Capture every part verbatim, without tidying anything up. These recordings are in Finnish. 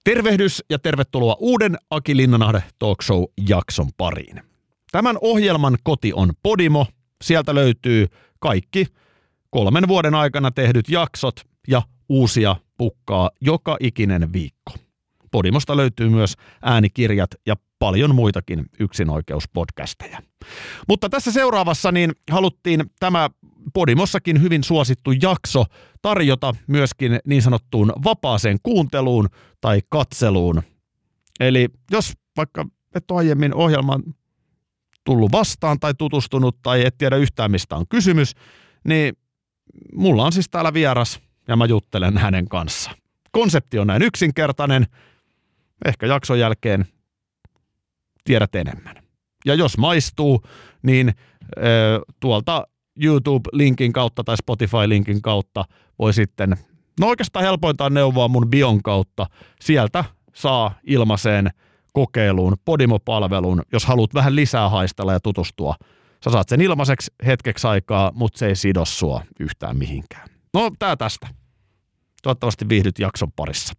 Tervehdys ja tervetuloa uuden Aki Linnanahde Talk Show-jakson pariin. Tämän ohjelman koti on Podimo. Sieltä löytyy kaikki kolmen vuoden aikana tehdyt jaksot ja uusia pukkaa joka ikinen viikko. Podimosta löytyy myös äänikirjat ja paljon muitakin yksinoikeuspodcasteja. Mutta tässä seuraavassa niin haluttiin tämä Podimossakin hyvin suosittu jakso tarjota myöskin niin sanottuun vapaaseen kuunteluun tai katseluun. Eli jos vaikka et ole aiemmin ohjelman tullut vastaan tai tutustunut tai et tiedä yhtään mistä on kysymys, niin mulla on siis täällä vieras ja mä juttelen hänen kanssa. Konsepti on näin yksinkertainen. Ehkä jakson jälkeen tiedät enemmän. Ja jos maistuu, niin e, tuolta YouTube-linkin kautta tai Spotify-linkin kautta voi sitten, no oikeastaan helpointa on neuvoa mun bion kautta. Sieltä saa ilmaiseen kokeiluun, Podimo-palveluun, jos haluat vähän lisää haistella ja tutustua. Sä saat sen ilmaiseksi hetkeksi aikaa, mutta se ei sido sua yhtään mihinkään. No tää tästä. Toivottavasti viihdyt jakson parissa.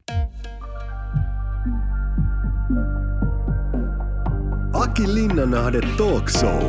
Aki Linnanahde Talk Show.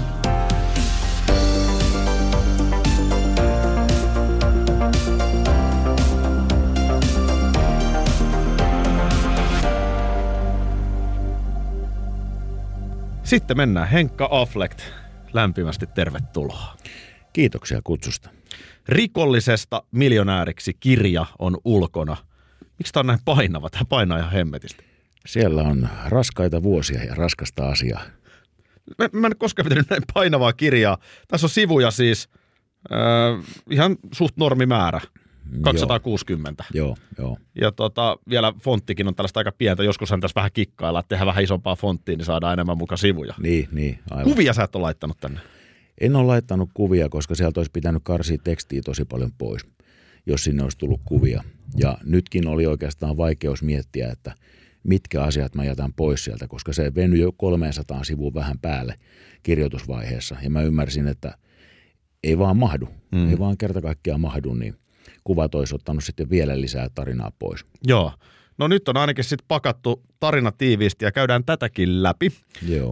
Sitten mennään. Henkka Affleck, lämpimästi tervetuloa. Kiitoksia kutsusta. Rikollisesta miljonääriksi -kirja on ulkona. Miksi tämä on näin painava? Tämä painaa ihan hemmetistä. Siellä on raskaita vuosia ja raskasta asiaa. Mä, mä en koskaan pitänyt näin painavaa kirjaa. Tässä on sivuja siis äh, ihan suht normimäärä. kaksisataakuusikymmentä. Joo, joo. Ja tota, vielä fonttikin on tällaista aika pientä. Joskushan tässä vähän kikkailla, että tehdään vähän isompaa fonttia, niin saadaan enemmän mukaan sivuja. Niin, niin. Aivan. Kuvia sä et ole laittanut tänne? En ole laittanut kuvia, koska sieltä olisi pitänyt karsia tekstiä tosi paljon pois, jos sinne olisi tullut kuvia. Ja nytkin oli oikeastaan vaikeus miettiä, että mitkä asiat mä jätän pois sieltä, koska se venyi jo kolmesataa sivua vähän päälle kirjoitusvaiheessa. Ja mä ymmärsin, että ei vaan mahdu, mm. ei vaan kerta kaikkiaan mahdu, niin kuvat olisi ottanut sitten vielä lisää tarinaa pois. Joo. No nyt on ainakin sitten pakattu tarina tiiviisti ja käydään tätäkin läpi. Joo.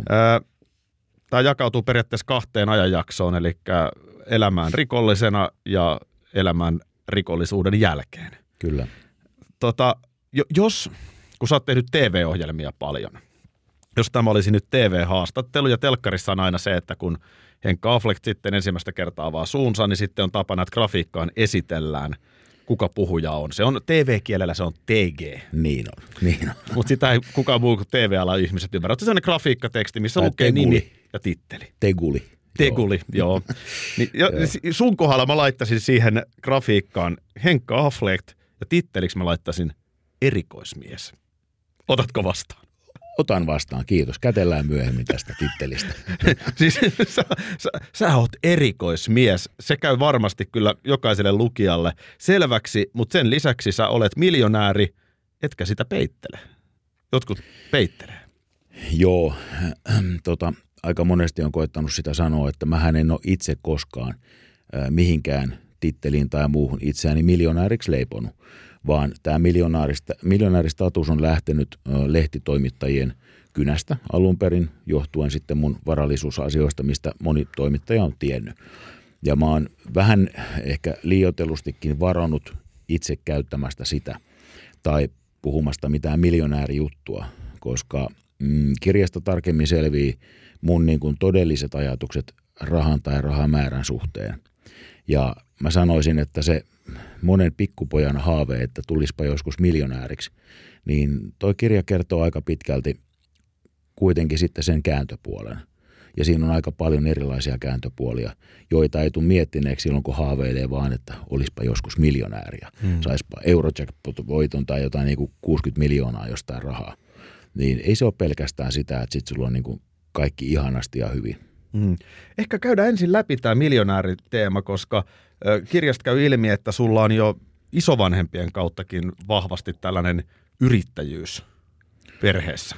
Tämä jakautuu periaatteessa kahteen ajanjaksoon, eli elämään rikollisena ja elämään rikollisuuden jälkeen. Kyllä. Tota, jos, kun sä oot tehnyt T V-ohjelmia paljon, jos tämä olisi nyt T V-haastattelu, ja telkkarissa on aina se, että kun Henkka Affleck sitten ensimmäistä kertaa avaa suunsa, niin sitten on tapana, että grafiikkaan esitellään, kuka puhuja on. Se on T V-kielellä, se on T G. Niin on, niin on. Mutta sitä ei kukaan muu kuin T V-alan ihmiset ymmärrä. Se on sellainen grafiikkateksti, missä Tai lukee teguli. nimi ja titteli. Teguli. Teguli, joo. joo. Niin, jo, sun kohdalla mä laittaisin siihen grafiikkaan Henkka Affleck ja titteliksi mä laittaisin erikoismies. Otatko vastaan? Otan vastaan, kiitos. Kätellään myöhemmin tästä tittelistä. Siis sä, sä, sä oot erikoismies. Se käy varmasti kyllä jokaiselle lukijalle selväksi, mutta sen lisäksi sä olet miljonääri, etkä sitä peittele. Jotkut peittelee. Joo, tota, aika monesti on koettanut sitä sanoa, että mähän en ole itse koskaan äh, mihinkään titteliin tai muuhun itseäni miljonääriksi leiponut, vaan tämä miljonääristatus on lähtenyt äh, lehtitoimittajien kynästä alun perin, johtuen sitten mun varallisuusasioista, mistä moni toimittaja on tiennyt. Ja mä oon vähän ehkä liioitellustikin varonut itse käyttämästä sitä tai puhumasta mitään miljonäärijuttua, koska mm, kirjasta tarkemmin selvii mun niin kuin todelliset ajatukset rahan tai rahamäärän suhteen. Ja mä sanoisin, että se monen pikkupojan haave, että tulispa joskus miljonääriksi, niin toi kirja kertoo aika pitkälti kuitenkin sitten sen kääntöpuolen. Ja siinä on aika paljon erilaisia kääntöpuolia, joita ei tule miettineeksi silloin, kun haaveilee vaan, että olispa joskus miljonääriä. Hmm. Saispa Eurojackpot-voiton tai jotain niin kuin kuusikymmentä miljoonaa jostain rahaa. Niin ei se ole pelkästään sitä, että sitten sulla on niin kuin kaikki ihanasti ja hyvin. Hmm. Ehkä käydään ensin läpi tämä miljonääriteema, koska ö, kirjasta käy ilmi, että sulla on jo isovanhempien kauttakin vahvasti tällainen yrittäjyys perheessä.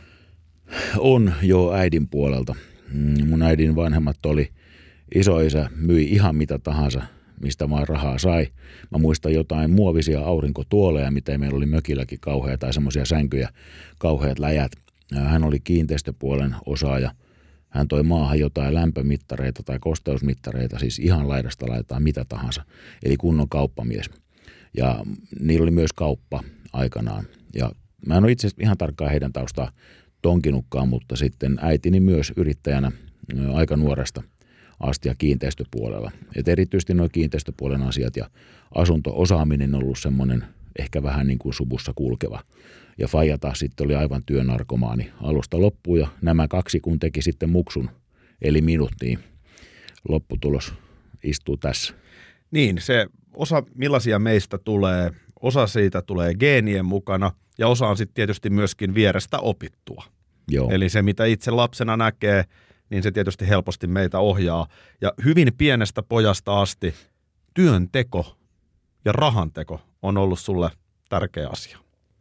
On jo äidin puolelta. Mun äidin vanhemmat oli, isoisä myi ihan mitä tahansa, mistä vaan rahaa sai. Mä muistan jotain muovisia aurinkotuoleja, mitä meillä oli mökilläkin kauhea, tai semmoisia sänkyjä, kauheat läjät. Hän oli kiinteistöpuolen osaaja. Hän toi maahan jotain lämpömittareita tai kosteusmittareita, siis ihan laidasta laitaan mitä tahansa. Eli kunnon kauppamies. Ja niillä oli myös kauppa aikanaan. Ja mä en ole itse asiassa ihan tarkkaan heidän taustaa tonkinutkaan, mutta sitten äitini myös yrittäjänä aika nuoresta asti ja kiinteistöpuolella. Et erityisesti nuo kiinteistöpuolen asiat ja asunto-osaaminen on ollut semmoinen ehkä vähän niin kuin suvussa kulkeva. Ja faija taas sitten oli aivan työnarkomaani alusta loppuun ja nämä kaksi kun teki sitten muksun, eli minut, niin lopputulos istuu tässä. Niin, se osa millaisia meistä tulee, osa siitä tulee geenien mukana ja osa on sitten tietysti myöskin vierestä opittua. Joo. Eli se mitä itse lapsena näkee, niin se tietysti helposti meitä ohjaa. Ja hyvin pienestä pojasta asti työnteko ja rahanteko on ollut sulle tärkeä asia.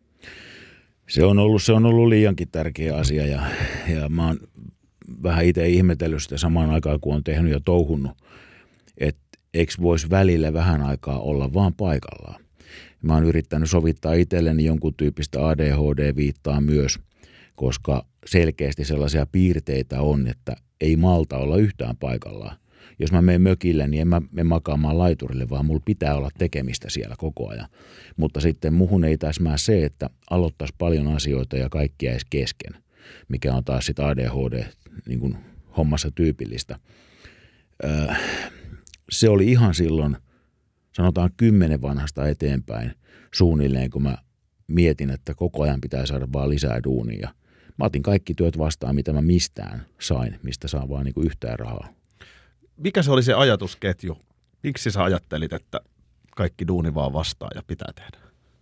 Se on ollut, se on ollut liiankin tärkeä asia ja, ja mä oon vähän itse ihmetellyt sitä samaan aikaan, kun on tehnyt ja touhunnut, että eikö voisi välillä vähän aikaa olla vaan paikallaan. Mä oon yrittänyt sovittaa itselleni jonkun tyyppistä A D H D-viittaa myös, koska selkeästi sellaisia piirteitä on, että ei malta olla yhtään paikallaan. Jos mä menen mökille, niin en mä mene makaamaan laiturille, vaan mulla pitää olla tekemistä siellä koko ajan. Mutta sitten muhun ei täsmää se, että aloittaisi paljon asioita ja kaikkia edes kesken, mikä on taas sitten A D H D niin kuin hommassa tyypillistä. Öö, se oli ihan silloin, sanotaan kymmenen vanhasta eteenpäin suunnilleen, kun mä mietin, että koko ajan pitää saada vaan lisää duunia. Mä otin kaikki työt vastaan, mitä mä mistään sain, mistä saan vaan niin kuin yhtään rahaa. Mikä se oli se ajatusketju? Miksi sä ajattelit, että kaikki duuni vaan vastaa ja pitää tehdä?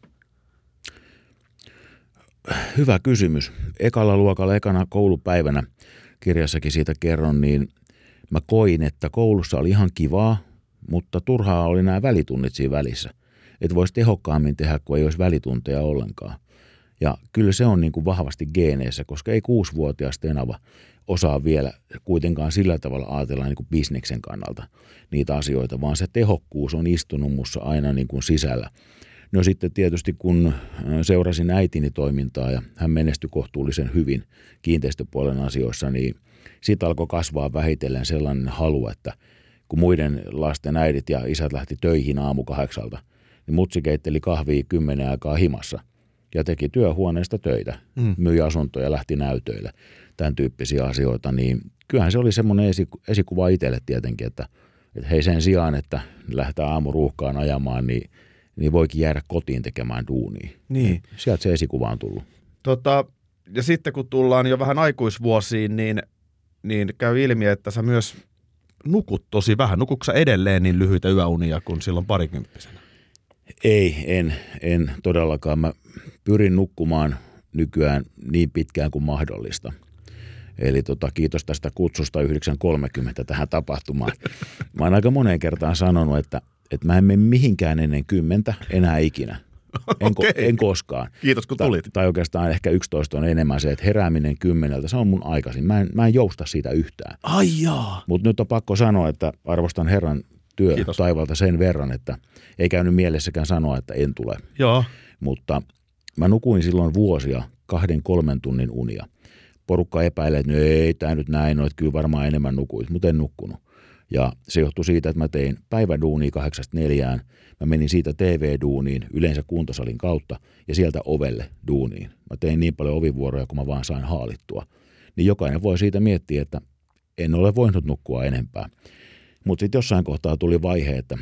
Hyvä kysymys. Ekalla luokalla, ekana koulupäivänä, kirjassakin siitä kerron, niin mä koin, että koulussa oli ihan kivaa, mutta turhaa oli nämä välitunnit siinä välissä. Että voisi tehokkaammin tehdä, kun ei olisi välitunteja ollenkaan. Ja kyllä se on niin kuin vahvasti geeneissä, koska ei kuusivuotias tenava osaa vielä kuitenkaan sillä tavalla ajatella niin kuin bisneksen kannalta niitä asioita, vaan se tehokkuus on istunut mussa aina niin kuin sisällä. No sitten tietysti kun seurasin äitini toimintaa ja hän menestyi kohtuullisen hyvin kiinteistöpuolen asioissa, niin siitä alkoi kasvaa vähitellen sellainen halu, että kun muiden lasten äidit ja isät lähti töihin aamu kahdeksalta, niin mutsi keitteli kahvia kymmenen aikaa himassa ja teki työhuoneesta töitä, mm. myi asuntoja, lähti näytöille, tämän tyyppisiä asioita, niin kyllähän se oli semmoinen esikuva itselle tietenkin, että, että hei sen sijaan, että lähdetään aamuruuhkaan ajamaan, niin, niin voikin jäädä kotiin tekemään duunia. Niin. Sieltä se esikuva on tullut. Tota, ja sitten kun tullaan jo vähän aikuisvuosiin, niin, niin käy ilmi, että sä myös nukut tosi vähän. Nukutko sä edelleen niin lyhyitä yöunia kuin silloin parikymppisenä? Ei, en, en todellakaan. Mä pyrin nukkumaan nykyään niin pitkään kuin mahdollista. Eli tota, kiitos tästä kutsusta yhdeksän kolmekymmentä tähän tapahtumaan. Mä oon aika moneen kertaan sanonut, että, että mä en mene mihinkään ennen kymmentä enää ikinä. En, okay. en koskaan. Kiitos kun tulit. Tai, tai oikeastaan ehkä yksitoista on enemmän se, että herääminen kymmeneltä, se on mun aikaisin. Mä en, mä en jousta siitä yhtään. Ai jaa. Mutta nyt on pakko sanoa, että arvostan Herran työ Kiitos. taivalta sen verran, että ei käynyt mielessäkään sanoa, että en tule. Joo. Mutta mä nukuin silloin vuosia kahden kolmen tunnin unia. Porukka epäilee, että no ei tämä nyt näin ole, että kyllä varmaan enemmän nukuit, mutta en nukkunut. Ja se johtui siitä, että mä tein päiväduunia kahdeksasta neljään, mä menin siitä T V-duuniin yleensä kuntosalin kautta ja sieltä ovelle duuniin. Mä tein niin paljon ovivuoroja, kun mä vaan sain haalittua. Niin jokainen voi siitä miettiä, että en ole voinut nukkua enempää. Mutta sitten jossain kohtaa tuli vaihe, että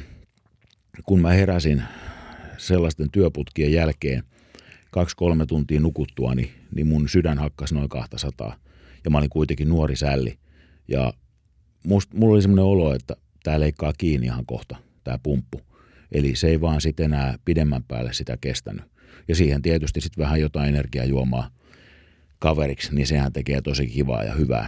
kun mä heräsin sellaisten työputkien jälkeen kaksi kolme tuntia nukuttua, niin, niin mun sydän hakkasi noin kaksisataa. Ja mä olin kuitenkin nuori sälli. Ja must, mulla oli semmoinen olo, että tää leikkaa kiinni ihan kohta, tää pumppu. Eli se ei vaan sitten enää pidemmän päälle sitä kestänyt. Ja siihen tietysti sitten vähän jotain energiajuomaa kaveriksi, niin sehän tekee tosi kivaa ja hyvää.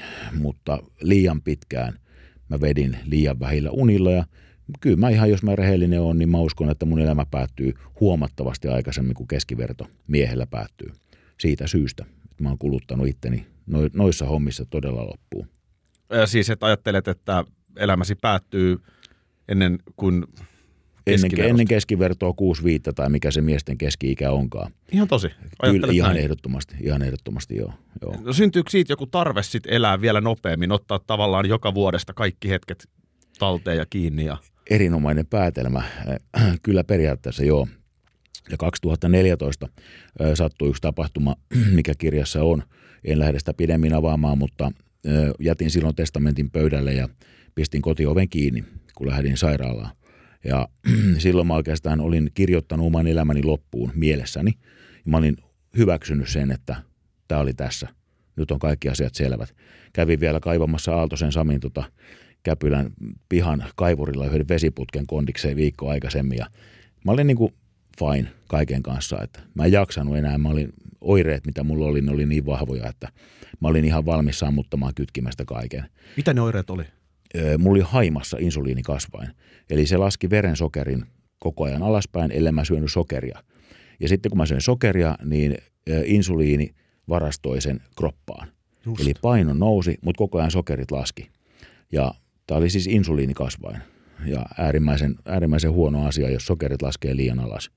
Mutta liian pitkään mä vedin liian vähillä unilla ja kyllä mä ihan, jos mä rehellinen on, niin mä uskon, että mun elämä päättyy huomattavasti aikaisemmin kuin keskiverto miehellä päättyy. Siitä syystä, että mä oon kuluttanut itteni noissa hommissa todella loppuun. Ja siis, että ajattelet, että elämäsi päättyy ennen kuin Ennen, ennen keskivertoa kuusi viittä tai mikä se miesten keski-ikä onkaan. Ihan tosi. Kyllä, ihan näin. ehdottomasti, ihan ehdottomasti joo. joo. No, syntyykö siitä joku tarve sit elää vielä nopeammin, ottaa tavallaan joka vuodesta kaikki hetket talteen ja kiinni? Ja... Erinomainen päätelmä. Kyllä periaatteessa joo. Ja kaksituhattaneljätoista sattui yksi tapahtuma, mikä kirjassa on. En lähde sitä pidemmin avaamaan, mutta jätin silloin testamentin pöydälle ja pistin kotioven kiinni, kun lähdin sairaalaan. Ja silloin mä oikeastaan olin kirjoittanut oman elämäni loppuun mielessäni. Ja mä olin hyväksynyt sen, että tämä oli tässä. Nyt on kaikki asiat selvät. Kävin vielä kaivamassa Aaltosen Samin tota Käpylän pihan kaivurilla yhden vesiputken kondikseen viikko aikaisemmin. Ja mä olin niin kuin fine kaiken kanssa, että mä en jaksanut enää. Mä olin, oireet, mitä mulla oli, ne oli niin vahvoja, että mä olin ihan valmis sammuttamaan kytkimästä kaiken. Mitä ne oireet oli? Mulla oli haimassa insuliinikasvain. Eli se laski verensokerin koko ajan alaspäin, ellei mä syönyt sokeria. Ja sitten kun mä söin sokeria, niin insuliini varastoi sen kroppaan. Just. Eli paino nousi, mutta koko ajan sokerit laski. Ja tämä oli siis insuliinikasvain. Ja äärimmäisen, äärimmäisen huono asia, jos sokerit laskee liian alas.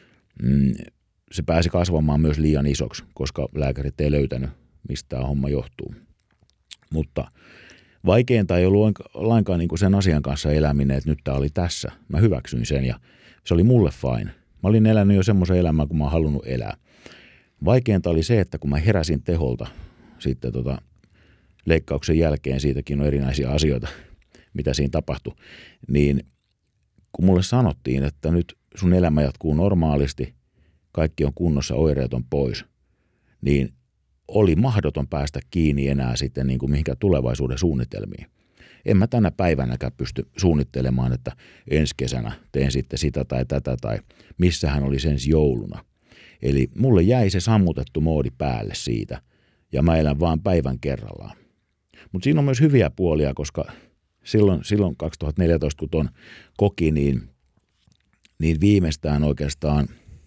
Se pääsi kasvamaan myös liian isoksi, koska lääkärit ei löytänyt, mistä tämä homma johtuu. Mutta vaikeinta ei ollut lainkaan niin kuin sen asian kanssa eläminen, että nyt tämä oli tässä. Mä hyväksyin sen ja se oli mulle fine. Mä olin elänyt jo semmoisen elämän, kun mä oon halunnut elää. Vaikeinta oli se, että kun mä heräsin teholta sitten tota leikkauksen jälkeen, siitäkin on erinäisiä asioita, mitä siinä tapahtui, niin kun mulle sanottiin, että nyt sun elämä jatkuu normaalisti, kaikki on kunnossa, oireet on pois, niin oli mahdoton päästä kiinni enää sitten niin kuin mihinkään tulevaisuuden suunnitelmiin. En mä tänä päivänäkään pysty suunnittelemaan, että ensi kesänä teen sitten sitä tai tätä tai missähän oli ensi jouluna. Eli mulle jäi se sammutettu moodi päälle siitä ja mä elän vaan päivän kerrallaan. Mutta siinä on myös hyviä puolia, koska silloin, silloin kaksituhattaneljätoista kun ton koki, niin, niin viimeistään oikeastaan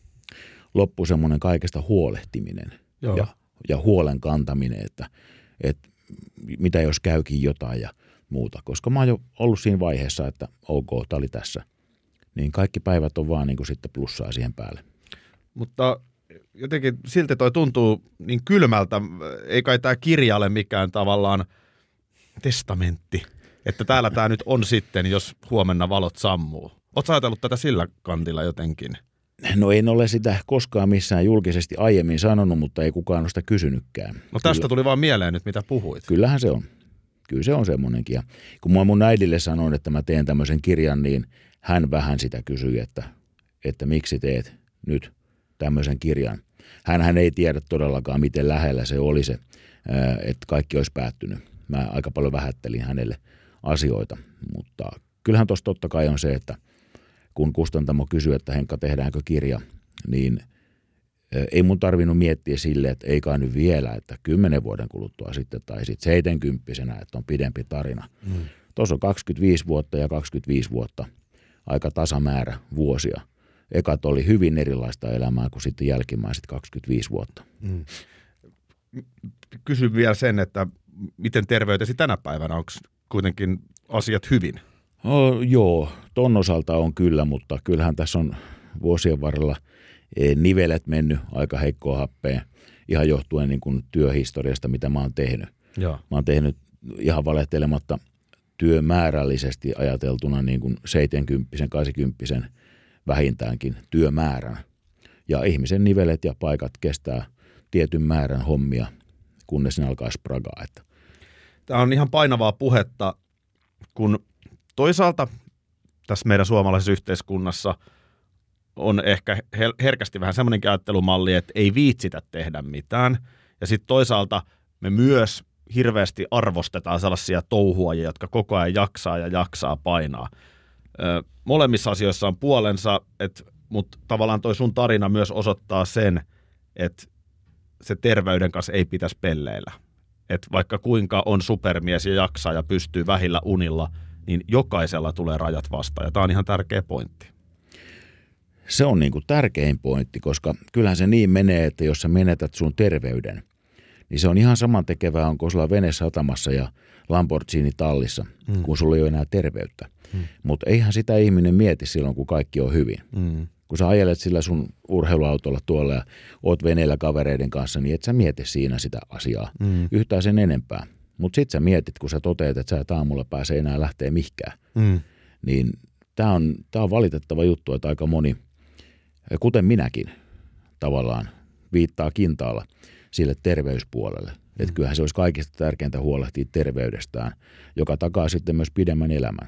loppui semmoinen kaikesta huolehtiminen. Joo. ja ja huolen kantaminen, että, että mitä jos käykin jotain ja muuta. Koska mä oon jo ollut siinä vaiheessa, että ok, tää oli tässä. Niin kaikki päivät on vaan niin kuin sitten plussaa siihen päälle. Mutta jotenkin silti toi tuntuu niin kylmältä. Ei kai tää kirja ole mikään tavallaan testamentti. Että täällä tää nyt on sitten, jos huomenna valot sammuu. Ootko ajatellut tätä sillä kantilla jotenkin? No en ole sitä koskaan missään julkisesti aiemmin sanonut, mutta ei kukaan ole sitä kysynytkään. No tästä Kyllä, tuli vaan mieleen nyt, mitä puhuit. Kyllähän se on. Kyllä se on semmoinenkin. Ja kun mä mun äidille sanoin, että mä teen tämmöisen kirjan, niin hän vähän sitä kysyi, että, että miksi teet nyt tämmöisen kirjan. Hänhän ei tiedä todellakaan, miten lähellä se oli se, että kaikki olisi päättynyt. Mä aika paljon vähättelin hänelle asioita, mutta kyllähän tuossa totta kai on se, että kun kustantamo kysyi, että Henkka, tehdäänkö kirja, niin ei mun tarvinnut miettiä sille, että ei kai nyt vielä, että kymmenen vuoden kuluttua sitten tai sitten seitsemänkymppisenä, että on pidempi tarina. Mm. Tuossa on kaksikymmentäviisi vuotta ja kaksikymmentäviisi vuotta, aika tasamäärä vuosia. Ekat oli hyvin erilaista elämää kuin sitten jälkimmäiset kaksikymmentäviisi vuotta. Mm. Kysyn vielä sen, että miten terveytesi tänä päivänä, onko kuitenkin asiat hyvin? Oh, joo, ton osalta on kyllä, mutta kyllähän tässä on vuosien varrella nivelet mennyt aika heikkoa happeen ihan johtuen niin kuin työhistoriasta, mitä mä oon tehnyt. Joo. Mä oon tehnyt ihan valehtelematta työmäärällisesti ajateltuna niin kuin seitsemänkymppisen, kahdeksankymppisen vähintäänkin työmäärän. Ja ihmisen nivelet ja paikat kestää tietyn määrän hommia, kunnes ne alkaa spragaa. Tämä on ihan painavaa puhetta, kun toisaalta tässä meidän suomalaisessa yhteiskunnassa on ehkä herkästi vähän semmoinenkin ajattelumalli, että ei viitsitä tehdä mitään. Ja sitten toisaalta me myös hirveästi arvostetaan sellaisia touhuajia, jotka koko ajan jaksaa ja jaksaa painaa. Ö, molemmissa asioissa on puolensa, mutta tavallaan toi sun tarina myös osoittaa sen, että se terveyden kanssa ei pitäisi pelleillä. Että vaikka kuinka on supermies ja jaksaa ja pystyy vähillä unilla, niin jokaisella tulee rajat vastaan. Ja tämä on ihan tärkeä pointti. Se on niin kuin tärkein pointti, koska kyllähän se niin menee, että jos sä menetät sun terveyden, niin se on ihan samantekevää, onko sulla vene satamassa ja Lamborghini tallissa, mm. kun sulla ei ole enää terveyttä. Mm. Mutta eihän sitä ihminen mieti silloin, kun kaikki on hyvin. Mm. Kun sä ajelet sillä sun urheiluautolla tuolla ja oot veneellä kavereiden kanssa, niin et sä mieti siinä sitä asiaa mm. yhtään sen enempää. Mutta sit sä mietit, kun sä toteat, että sä et aamulla pääse enää lähteä mihinkään. Mm. Niin tää on, tää on valitettava juttu, että aika moni, kuten minäkin tavallaan, viittaa kintaalla sille terveyspuolelle. Mm. Että kyllähän se olisi kaikista tärkeintä huolehtia terveydestään, joka takaa sitten myös pidemmän elämän.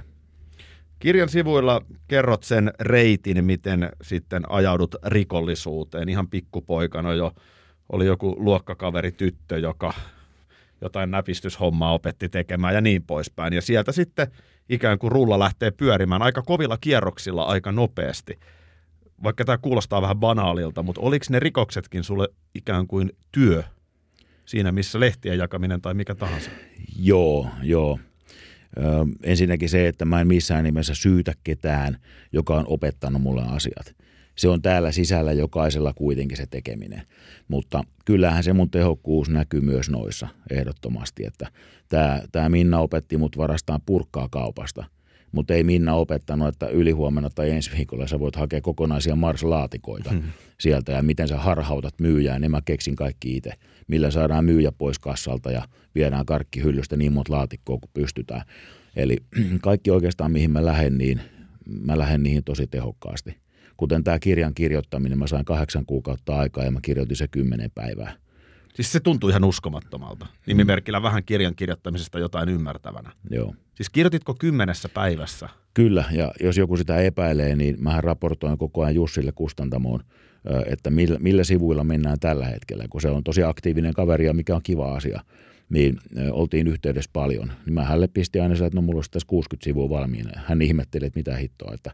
Kirjan sivuilla kerrot sen reitin, miten sitten ajaudut rikollisuuteen. Ihan pikkupoikana jo oli joku luokkakaveri tyttö, joka jotain näpistyshommaa opetti tekemään ja niin poispäin. Ja sieltä sitten ikään kuin rulla lähtee pyörimään aika kovilla kierroksilla aika nopeasti. Vaikka tämä kuulostaa vähän banaalilta, mutta oliko ne rikoksetkin sulle ikään kuin työ siinä, missä lehtien jakaminen tai mikä tahansa? Joo, joo. Ö, ensinnäkin se, että mä en missään nimessä syytä ketään, joka on opettanut mulle asiat. Se on täällä sisällä jokaisella kuitenkin se tekeminen. Mutta kyllähän se mun tehokkuus näkyy myös noissa ehdottomasti, että tämä, tämä Minna opetti mut varastaan purkkaa kaupasta. Mutta ei Minna opettanut, että ylihuomenna tai ensi viikolla sä voit hakea kokonaisia Mars-laatikoita hmm. sieltä ja miten sä harhautat myyjää, niin mä keksin kaikki itse. Millä saadaan myyjä pois kassalta ja viedään karkkihyllystä niin monta laatikkoa kuin pystytään. Eli kaikki oikeastaan mihin mä lähden, niin mä lähden niihin tosi tehokkaasti. Kuten tämä kirjan kirjoittaminen, mä sain kahdeksan kuukautta aikaa ja mä kirjoitin se kymmenen päivää. Siis se tuntui ihan uskomattomalta. Nimimerkillä vähän kirjan kirjoittamisesta jotain ymmärtävänä. Joo. Siis kirjoititko kymmenessä päivässä? Kyllä, ja jos joku sitä epäilee, niin mähän raportoin koko ajan Jussille Kustantamoon, että millä, millä sivuilla mennään tällä hetkellä, kun se on tosi aktiivinen kaveri ja mikä on kiva asia. Niin oltiin yhteydessä paljon. Niin mä hänelle pistin aina sillä, että no mulla olisi tässä kuusikymmentä sivua valmiina. Hän ihmetteli, että mitä hittoa, että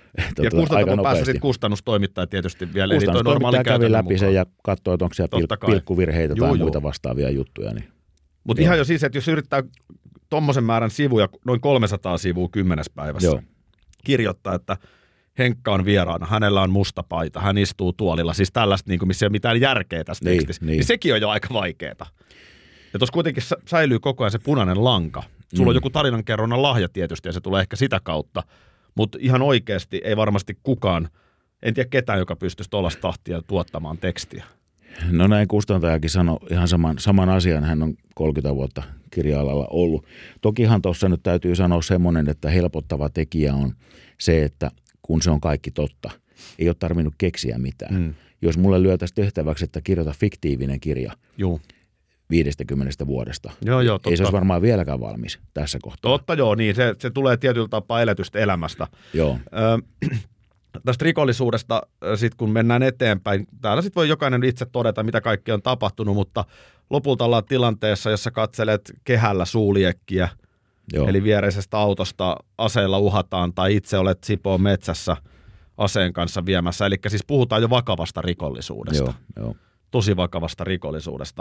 ja Kustantamon päässä sitten kustannustoimittaja tietysti vielä. Kustannustoimittaja kävi läpi mukaan sen ja katsoi, että onko siellä pil- pilkkuvirheitä juu, tai juu. muita vastaavia juttuja. Niin. Mutta ihan jo siis, että jos yrittää tommosen määrän sivuja, noin kolmesataa sivua kymmenes päivässä, joo. kirjoittaa, että Henkka on vieraana, hänellä on musta paita, hän istuu tuolilla, siis tällaista, niin kuin, missä ei ole mitään järkeä tässä niin, tekstissä, niin. niin sekin on jo aika vaikeaa. Ja tuossa kuitenkin säilyy koko ajan se punainen lanka. Sulla mm. on joku tarinankerronnan lahja tietysti ja se tulee ehkä sitä kautta. Mutta ihan oikeasti ei varmasti kukaan, en tiedä ketään, joka pystyisi tuollaista tahtia tuottamaan tekstiä. No näin kustantajakin sanoi ihan saman, saman asian, hän on kolmekymmentä vuotta kirja-alalla ollut. Tokihan tuossa nyt täytyy sanoa semmoinen, että helpottava tekijä on se, että kun se on kaikki totta, ei ole tarvinnut keksiä mitään. Mm. Jos mulle lyötäisiin tehtäväksi, että kirjoita fiktiivinen kirja, Juu. viidestäkymmenestä vuodesta. Joo, joo, ei se olisi varmaan vieläkään valmis tässä kohtaa. Totta joo, niin se, se tulee tietyllä tapaa eletystä elämästä. Joo. Ö, tästä rikollisuudesta sitten kun mennään eteenpäin, täällä sitten voi jokainen itse todeta, mitä kaikkea on tapahtunut, mutta lopulta ollaan tilanteessa, jossa katselet kehällä suuliekkiä, joo. eli viereisestä autosta aseilla uhataan tai itse olet Sipoon metsässä aseen kanssa viemässä. Eli siis puhutaan jo vakavasta rikollisuudesta. Joo, joo. Tosi vakavasta rikollisuudesta.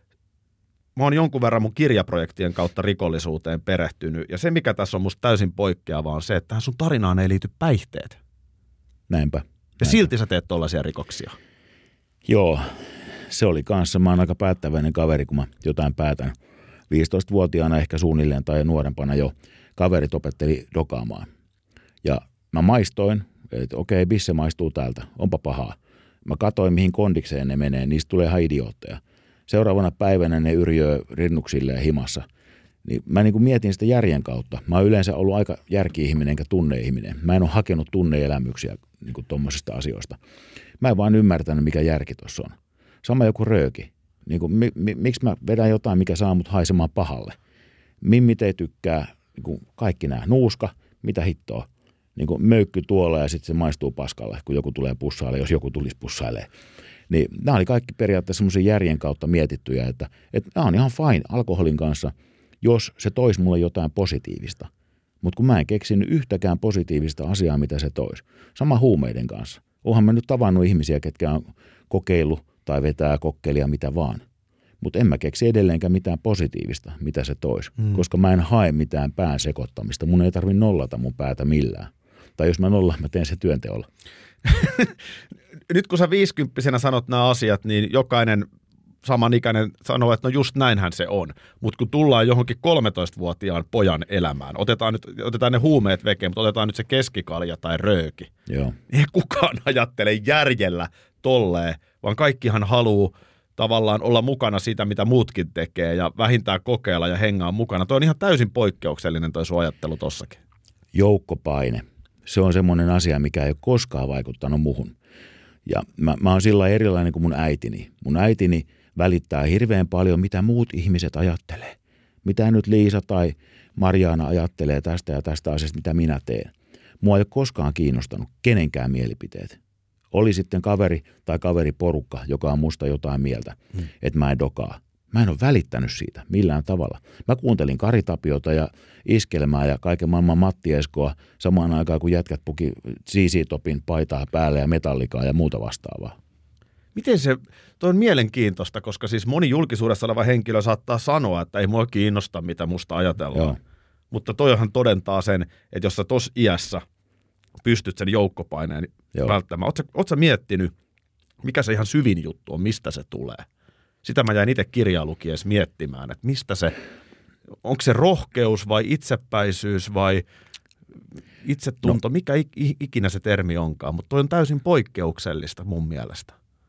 Mä oon jonkun verran mun kirjaprojektien kautta rikollisuuteen perehtynyt, ja se mikä tässä on musta täysin poikkeavaa on se, että tähän sun tarinaan ei liity päihteet. Näinpä. Ja näinpä. silti sä teet tollaisia rikoksia. Joo, se oli kanssa, mä oon aika päättäväinen kaveri, kun mä jotain päätän. viisitoistavuotiaana ehkä suunnilleen tai nuorempana jo kaverit opetteli dokaamaan. Ja mä maistoin, että okei, bisse maistuu täältä, onpa pahaa. Mä katoin, mihin kondikseen ne menee, niistä tulee ihan idiootteja. Seuraavana päivänä ne yrjöö rinnuksille ja himassa. Niin mä niin kuin mietin sitä järjen kautta. Mä oon yleensä ollut aika järki-ihminen enkä tunne-ihminen. Mä en ole hakenut tunne-elämyksiä niin kuin tommosista asioista. Mä en vaan ymmärtänyt, mikä järki tuossa on. Sama joku rööki. Niin kuin, mi, mi, miksi mä vedän jotain, mikä saa mut haisemaan pahalle? Mimmit ei tykkää, niin kuin kaikki nämä. Nuuska, mitä hittoa. Niin kuin möykky tuolla ja sitten se maistuu paskalle, kun joku tulee pussaille, jos joku tulisi pussailemaan. Niin nämä oli kaikki periaatteessa semmoisen järjen kautta mietittyjä, että, että nämä on ihan fine alkoholin kanssa, jos se toisi mulle jotain positiivista. Mutta kun mä en keksinyt yhtäkään positiivista asiaa, mitä se toisi. Sama huumeiden kanssa. Oonhan mä nyt tavannut ihmisiä, ketkä on kokeillut tai vetää kokkelia mitä vaan. Mutta en mä keksi edelleenkään mitään positiivista, mitä se toisi. Hmm. Koska mä en hae mitään pään sekoittamista. Mun ei tarvitse nollata mun päätä millään. Tai jos mä nollaan, mä teen se työnteolla. Nyt kun sä viisikymppisenä sanot nämä asiat, niin jokainen samanikäinen sanoo, että no just näinhän se on. Mutta kun tullaan johonkin kolmetoistavuotiaan pojan elämään, otetaan, nyt, otetaan ne huumeet vekeen, mutta otetaan nyt se keskikalja tai rööki. Joo. Ei kukaan ajattele järjellä tolleen, vaan kaikkihan haluaa tavallaan olla mukana siitä, mitä muutkin tekee ja vähintään kokeilla ja hengaa mukana. Tuo on ihan täysin poikkeuksellinen toi sun ajattelu tossakin. Joukkopaine. Se on semmoinen asia, mikä ei ole koskaan vaikuttanut muhun. Ja mä, mä oon sillä erilainen kuin mun äitini. Mun äitini välittää hirveän paljon, mitä muut ihmiset ajattelee. Mitä nyt Liisa tai Marjaana ajattelee tästä ja tästä asiasta, mitä minä teen. Mua ei ole koskaan kiinnostanut kenenkään mielipiteet. Oli sitten kaveri tai kaveriporukka, joka on musta jotain mieltä, hmm. että mä en dokaa. Mä en ole välittänyt siitä millään tavalla. Mä kuuntelin Kari Tapiota ja Iskelmää ja kaiken maailman Matti Eskoa samaan aikaan, kun jätkät puki Z Z-topin paitaa päälle ja metallikaa ja muuta vastaavaa. Miten se, toi on mielenkiintoista, koska siis moni julkisuudessa oleva henkilö saattaa sanoa, että ei mua kiinnosta, mitä musta ajatellaan. Joo. Mutta toihan todentaa sen, että jos sä tos iässä pystyt sen joukkopaineen Joo. välttämään. Ootko, ootko sä miettinyt, mikä se ihan syvin juttu on, mistä se tulee? Sitä mä jäin itse kirjaa lukiessa miettimään, että mistä se, onko se rohkeus vai itsepäisyys vai itsetunto, no. mikä ikinä se termi onkaan, mutta toi on täysin poikkeuksellista mun mielestä.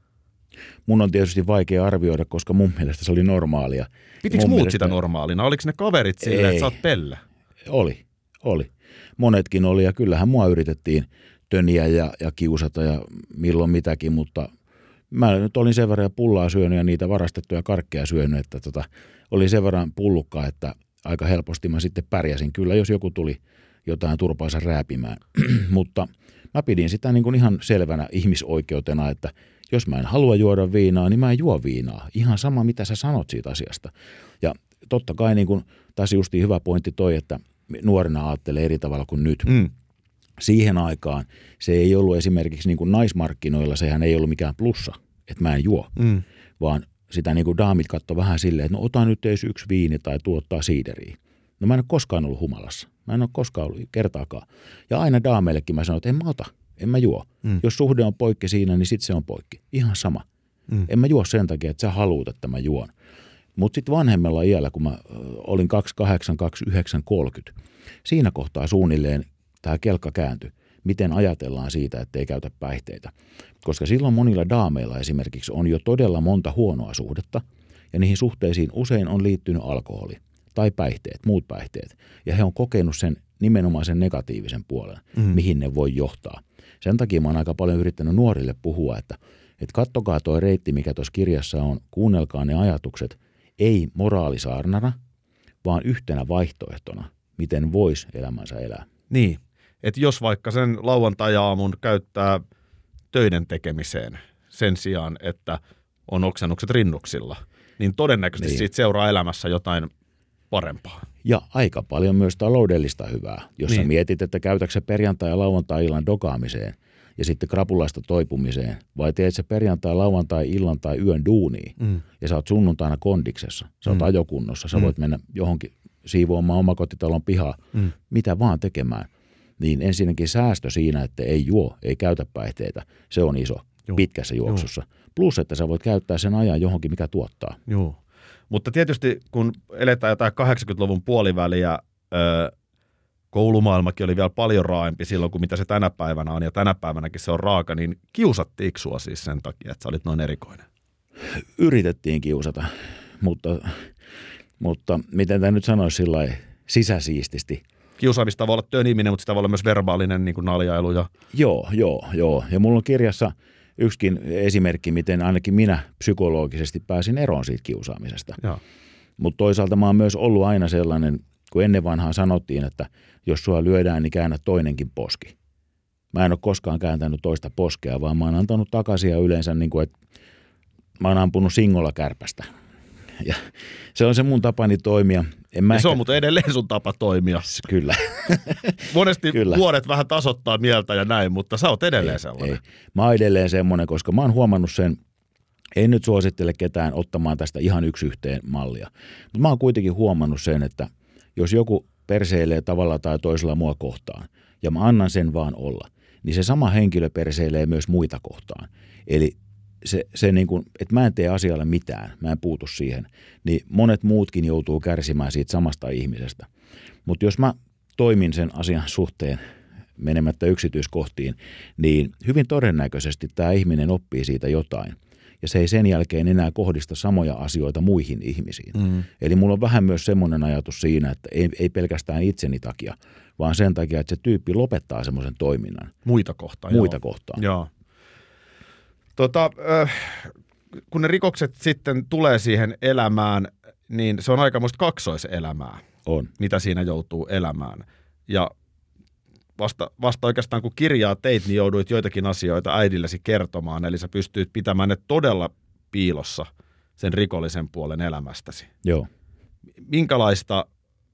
Mun on tietysti vaikea arvioida, koska mun mielestä se oli normaalia. Pitikö muut mielestä... sitä normaalina? Oliko ne kaverit silleen, että sä oot pelle? Oli, oli. Monetkin oli ja kyllähän mua yritettiin töniä ja, ja kiusata ja milloin mitäkin, mutta mä nyt olin sen verran pullaa syönyt ja niitä varastettuja karkkeja syönyt, että tota, oli sen verran pullukka, että aika helposti mä sitten pärjäsin kyllä, jos joku tuli jotain turpaansa rääpimään. Mutta mä pidin sitä niin kuin ihan selvänä ihmisoikeutena, että jos mä en halua juoda viinaa, niin mä en juo viinaa. Ihan sama, mitä sä sanot siitä asiasta. Ja totta kai niin kuin tässä justiin hyvä pointti toi, että nuorena ajattelee eri tavalla kuin nyt. Mm. Siihen aikaan se ei ollut esimerkiksi niin kuin naismarkkinoilla, sehän ei ollut mikään plussa, että mä en juo, mm. vaan sitä niin kuin daamit katsoi vähän silleen, että no ota nyt edes yksi viini tai tuottaa siideriä. No mä en ole koskaan ollut humalassa. Mä en ole koskaan ollut kertaakaan. Ja aina daameillekin mä sanoin, että en mä ota, en mä juo. Mm. Jos suhde on poikki siinä, niin sit se on poikki. Ihan sama. Mm. En mä juo sen takia, että sä haluut, että mä juon. Mutta sitten vanhemmalla iällä, kun mä olin kaksikymmentäkahdeksan, kaksikymmentäyhdeksän, kolmekymmentä, siinä kohtaa suunnilleen tämä kelkka kääntyi. Miten ajatellaan siitä, että ei käytä päihteitä. Koska silloin monilla daameilla esimerkiksi on jo todella monta huonoa suhdetta, ja niihin suhteisiin usein on liittynyt alkoholi tai päihteet, muut päihteet. Ja he on kokenut sen nimenomaan sen negatiivisen puolen, mm. mihin ne voi johtaa. Sen takia mä oon aika paljon yrittänyt nuorille puhua, että, että kattokaa tuo reitti, mikä tuossa kirjassa on, kuunnelkaa ne ajatukset, ei moraalisaarnana, vaan yhtenä vaihtoehtona, miten voisi elämänsä elää. Niin, että jos vaikka sen lauantai-aamun käyttää töiden tekemiseen sen sijaan, että on oksennukset rinnuksilla, niin todennäköisesti niin. siitä seuraa elämässä jotain parempaa. Ja aika paljon myös taloudellista hyvää. Jos niin. sä mietit, että käytätkö sä perjantai- ja lauantai-illan dokaamiseen ja sitten krapulaista toipumiseen, vai teet sä perjantai-, lauantai-, illan tai yön duunia mm. ja sä oot sunnuntaina kondiksessa, sä oot mm. ajokunnossa, sä mm. voit mennä johonkin siivoamaan omakotitalon pihaa, mm. mitä vaan tekemään. Niin ensinnäkin säästö siinä, että ei juo, ei käytä päihteitä, se on iso Juh. pitkässä juoksussa. Juh. Plus, että sä voit käyttää sen ajan johonkin, mikä tuottaa. Joo. Mutta tietysti kun eletään jotain kahdeksankymmentäluvun puoliväliä, öö, koulumaailmakin oli vielä paljon raaempi silloin kuin mitä se tänä päivänä on, ja tänä päivänäkin se on raaka, niin kiusattiinko sua siis sen takia, että sä olit noin erikoinen? Yritettiin kiusata, mutta, mutta miten tämä nyt sanoisi sillä lailla sisäsiististi. Kiusaamista voi olla töniminen, mutta sitä voi olla myös verbaalinen niin kuin naljailu. Ja... Joo, joo, joo. Ja mulla on kirjassa yksikin esimerkki, miten ainakin minä psykologisesti pääsin eroon siitä kiusaamisesta. Mutta toisaalta mä oon myös ollut aina sellainen, kun ennen vanhaan sanottiin, että jos sua lyödään, niin käännä toinenkin poski. Mä en ole koskaan kääntänyt toista poskea, vaan mä oon antanut takaisin ja yleensä, niin kuin, että mä oon ampunut singolla kärpästä. Ja se on se mun tapani toimia. En mä ja ehkä... se on mutta edelleen sun tapa toimia. Kyllä. Monesti Kyllä. vuodet vähän tasoittaa mieltä ja näin, mutta sä oot edelleen ei, sellainen. Ei. Mä oon edelleen semmoinen, koska mä oon huomannut sen, en nyt suosittele ketään ottamaan tästä ihan yksi yhteen mallia. Mutta mä oon kuitenkin huomannut sen, että jos joku perseilee tavalla tai toisella mua kohtaan, ja mä annan sen vaan olla, niin se sama henkilö perseilee myös muita kohtaan. Eli se, se niin kuin, että mä en tee asialle mitään, mä en puutu siihen, niin monet muutkin joutuu kärsimään siitä samasta ihmisestä. Mutta jos mä toimin sen asian suhteen menemättä yksityiskohtiin, niin hyvin todennäköisesti tämä ihminen oppii siitä jotain. Ja se ei sen jälkeen enää kohdista samoja asioita muihin ihmisiin. Mm. Eli mulla on vähän myös semmoinen ajatus siinä, että ei, ei pelkästään itseni takia, vaan sen takia, että se tyyppi lopettaa semmoisen toiminnan. Muita kohtaan. Muita joo. kohtaan. Joo. Tota, äh, kun ne rikokset sitten tulee siihen elämään, niin se on aikamoista kaksoiselämää. On. Mitä siinä joutuu elämään. Ja vasta, vasta oikeastaan kun kirjaa teit, niin jouduit joitakin asioita äidillesi kertomaan, eli sä pystyit pitämään ne todella piilossa sen rikollisen puolen elämästäsi. Joo. Minkälaista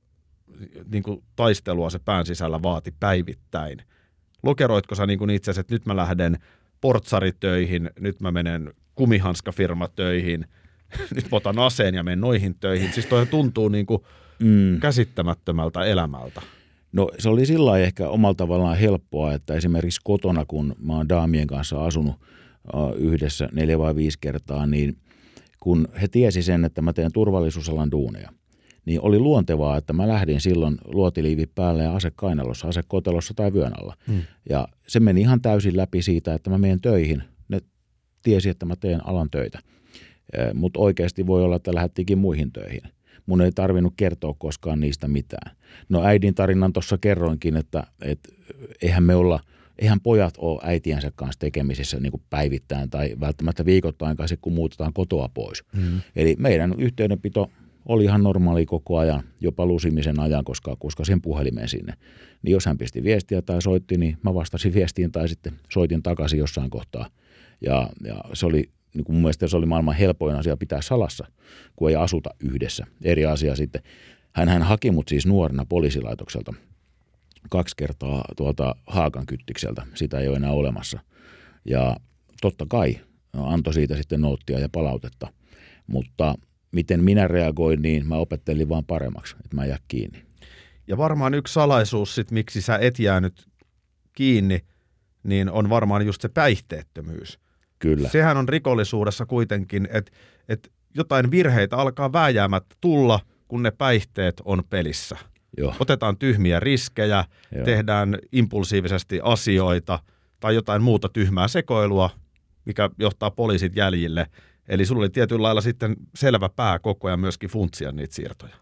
niin kuin, taistelua se pään sisällä vaati päivittäin? Lokeroitko sä niin kuin itse asiassa, että nyt mä lähden portsaritöihin, nyt mä menen kumihanskafirmatöihin, nyt mä otan aseen ja menen noihin töihin. Siis toi tuntuu niin kuin mm. käsittämättömältä elämältä. No se oli sillä lailla ehkä omalla tavallaan helppoa, että esimerkiksi kotona, kun mä oon daamien kanssa asunut uh, yhdessä neljä vai viisi kertaa, niin kun he tiesi sen, että mä teen turvallisuusalan duuneja, niin oli luontevaa, että mä lähdin silloin luotiliivit päälle ja ase kainalossa, ase kotelossa tai vyön alla. Hmm. Ja se meni ihan täysin läpi siitä, että mä menen töihin. Ne tiesi, että mä teen alan töitä. E, mutta oikeasti voi olla, että lähdettiinkin muihin töihin. Mun ei tarvinnut kertoa koskaan niistä mitään. No äidin tarinan tuossa kerroinkin, että et, eihän me olla, eihän pojat ole äitiensä kanssa tekemisissä niin kuin päivittäin tai välttämättä viikoittain kai kun muutetaan kotoa pois. Hmm. Eli meidän yhteydenpito oli ihan normaali koko ajan, jopa lusimisen ajan, koska, koska sen puhelimeen sinne. Niin jos hän pisti viestiä tai soitti, niin mä vastasin viestiin tai sitten soitin takaisin jossain kohtaa. Ja, ja se oli, niin kuin mun mielestä se oli maailman helpoin asia pitää salassa, kun ei asuta yhdessä. Eri asia sitten. Hän, hän haki mut siis nuorena poliisilaitokselta kaksi kertaa tuolta Haakan kyttikseltä. Sitä ei ole enää olemassa. Ja totta kai antoi siitä sitten noottia ja palautetta, mutta miten minä reagoin, niin mä opettelin vaan paremmaksi, että mä en jää kiinni. Ja varmaan yksi salaisuus sit, miksi sä et jäänyt kiinni, niin on varmaan just se päihteettömyys. Kyllä. Sehän on rikollisuudessa kuitenkin, että et jotain virheitä alkaa vääjäämättä tulla, kun ne päihteet on pelissä. Joo. Otetaan tyhmiä riskejä, Joo. tehdään impulsiivisesti asioita tai jotain muuta tyhmää sekoilua, mikä johtaa poliisit jäljille. Eli sulla oli tietyllä lailla sitten selvä pää koko ajan myöskin funtsia niitä siirtoja.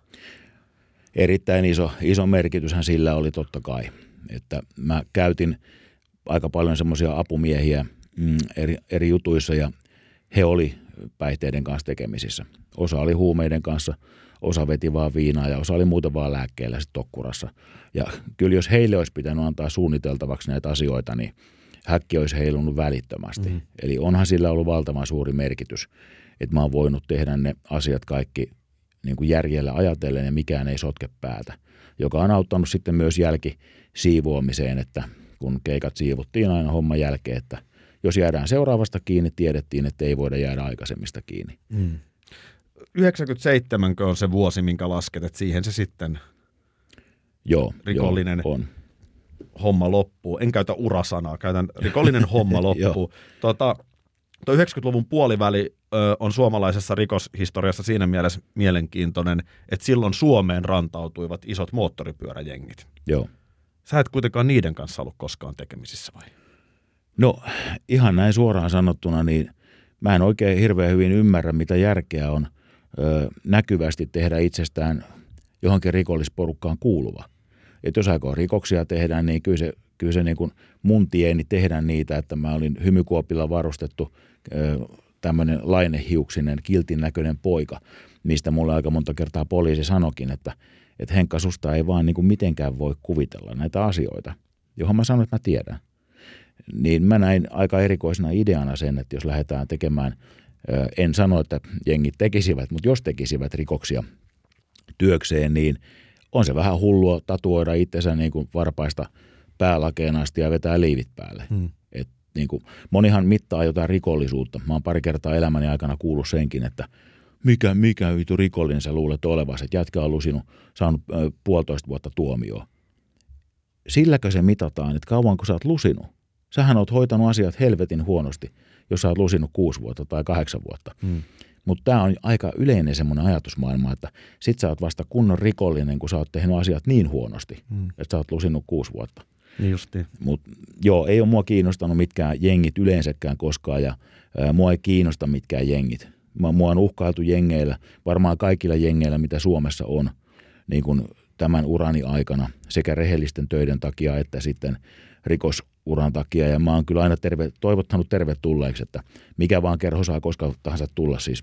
Erittäin iso, iso merkityshän sillä oli totta kai, että mä käytin aika paljon semmoisia apumiehiä mm, eri, eri jutuissa ja he oli päihteiden kanssa tekemisissä. Osa oli huumeiden kanssa, osa veti vaan viinaa ja osa oli muuten vaan lääkkeellä sitten tokkurassa. Ja kyllä jos heille olisi pitänyt antaa suunniteltavaksi näitä asioita, niin häkki olisi heilunut välittömästi. Mm-hmm. Eli onhan sillä ollut valtavan suuri merkitys, että mä oon voinut tehdä ne asiat kaikki niin kuin järjellä ajatellen ja mikään ei sotke päätä, joka on auttanut sitten myös jälkisiivoamiseen, että kun keikat siivottiin aina homman jälkeen, että jos jäädään seuraavasta kiinni, tiedettiin, että ei voida jäädä aikaisemmista kiinni. Mm. yhdeksänkymmentäseitsemän on se vuosi, minkä lasket, että siihen se sitten joo, rikollinen joo, on. homma loppuu. En käytä urasanaa, käytän rikollinen homma loppuu. Tota, tuo yhdeksänkymmentäluvun puoliväli ö, on suomalaisessa rikoshistoriassa siinä mielessä mielenkiintoinen, että silloin Suomeen rantautuivat isot moottoripyöräjengit. Joo. Sä et kuitenkaan niiden kanssa ollut koskaan tekemisissä vai? No ihan näin suoraan sanottuna, niin mä en oikein hirveän hyvin ymmärrä, mitä järkeä on ö, näkyvästi tehdä itsestään johonkin rikollisporukkaan kuuluva. Että jos aikoo rikoksia tehdään, niin kyllä se, kyllä se niin kuin mun tieni tehdä niitä, että mä olin hymykuopilla varustettu tämmöinen lainehiuksinen, kiltin näköinen poika, mistä mulle aika monta kertaa poliisi sanokin, että, että Henkka, susta ei vaan niin kuin mitenkään voi kuvitella näitä asioita, johon mä sanon, että mä tiedän. Niin mä näin aika erikoisena ideana sen, että jos lähdetään tekemään, en sano, että jengit tekisivät, mutta jos tekisivät rikoksia työkseen, niin on se vähän hullua tatuoida itsensä niin kuin varpaista päälakeen asti ja vetää liivit päälle. Hmm. Et niin kuin, monihan mittaa jotain rikollisuutta. Mä oon pari kertaa elämäni aikana kuullut senkin, että mikä, mikä vitu rikollinen sä luulet olevasi, että jätkä on lusinut, saanut äh, puolitoista vuotta tuomioon. Silläkö se mitataan, että kauanko sä oot lusinut? Sähän oot hoitanut asiat helvetin huonosti, jos sä oot lusinut kuusi vuotta tai kahdeksan vuotta. Hmm. Mutta tämä on aika yleinen semmoinen ajatusmaailma, että sit sä oot vasta kunnon rikollinen, kun sä oot tehnyt asiat niin huonosti, hmm. että sä oot lusinut kuusi vuotta. Niin justiin. Mut joo, ei ole mua kiinnostanut mitkään jengit yleensäkään koskaan ja ää, mua ei kiinnosta mitkään jengit. Mä, mua on uhkailtu jengeillä, varmaan kaikilla jengeillä, mitä Suomessa on, niin kuin tämän urani aikana, sekä rehellisten töiden takia että sitten rikosuran takia. Ja mä oon kyllä aina terve, toivottanut tervetulleeksi, että mikä vaan kerho saa koskaan tahansa tulla, siis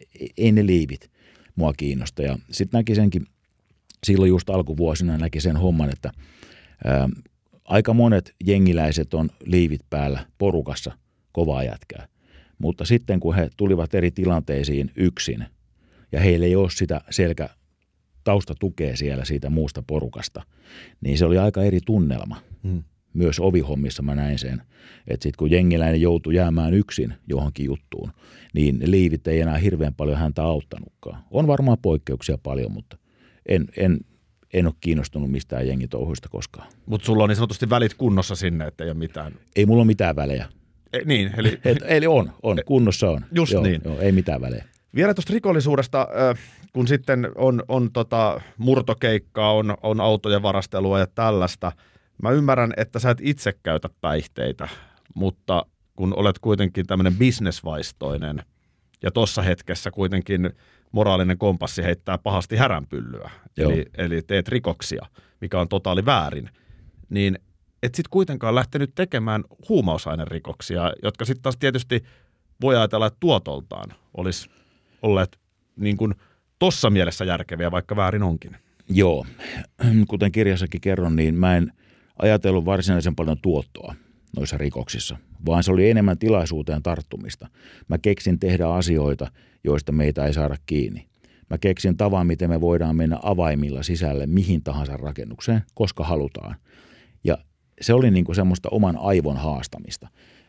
ei ne liivit mua kiinnosta. Ja sitten näki senkin, silloin just alkuvuosina näki sen homman, että ää, aika monet jengiläiset on liivit päällä porukassa kovaa jätkää. Mutta sitten kun he tulivat eri tilanteisiin yksin ja heillä ei ole sitä selkä taustatukea siellä siitä muusta porukasta, niin se oli aika eri tunnelma. Hmm. Myös ovihommissa mä näin sen, että sitten kun jengiläinen joutui jäämään yksin johonkin juttuun, niin liivit ei enää hirveän paljon häntä auttanutkaan. On varmaan poikkeuksia paljon, mutta en, en, en ole kiinnostunut mistään jengitouhuista koskaan. Mutta sulla on niin sanotusti välit kunnossa sinne, että ei ole mitään. Ei mulla ole mitään välejä. E, niin, eli... Et, eli on, on, kunnossa on. Just joo, niin. Joo, ei mitään välejä. Vielä tuosta rikollisuudesta, kun sitten on, on tota murtokeikkaa, on, on autojen varastelua ja tällaista. Mä ymmärrän, että sä et itse käytä päihteitä, mutta kun olet kuitenkin tämmöinen bisnesvaistoinen ja tuossa hetkessä kuitenkin moraalinen kompassi heittää pahasti häränpyllyä, eli, eli teet rikoksia, mikä on totaali väärin, niin et sit kuitenkaan lähtenyt tekemään huumausainerikoksia, jotka sitten taas tietysti voi ajatella, että tuotoltaan olisi olleet niin kuin tossa mielessä järkeviä, vaikka väärin onkin. Joo, kuten kirjassakin kerron, niin mä en ajatellut varsinaisen paljon tuottoa noissa rikoksissa, vaan se oli enemmän tilaisuuteen tarttumista. Mä keksin tehdä asioita, joista meitä ei saada kiinni. Mä keksin tavan, miten me voidaan mennä avaimilla sisälle mihin tahansa rakennukseen, koska halutaan. Ja se oli niin kuin semmoista oman aivon haastamista.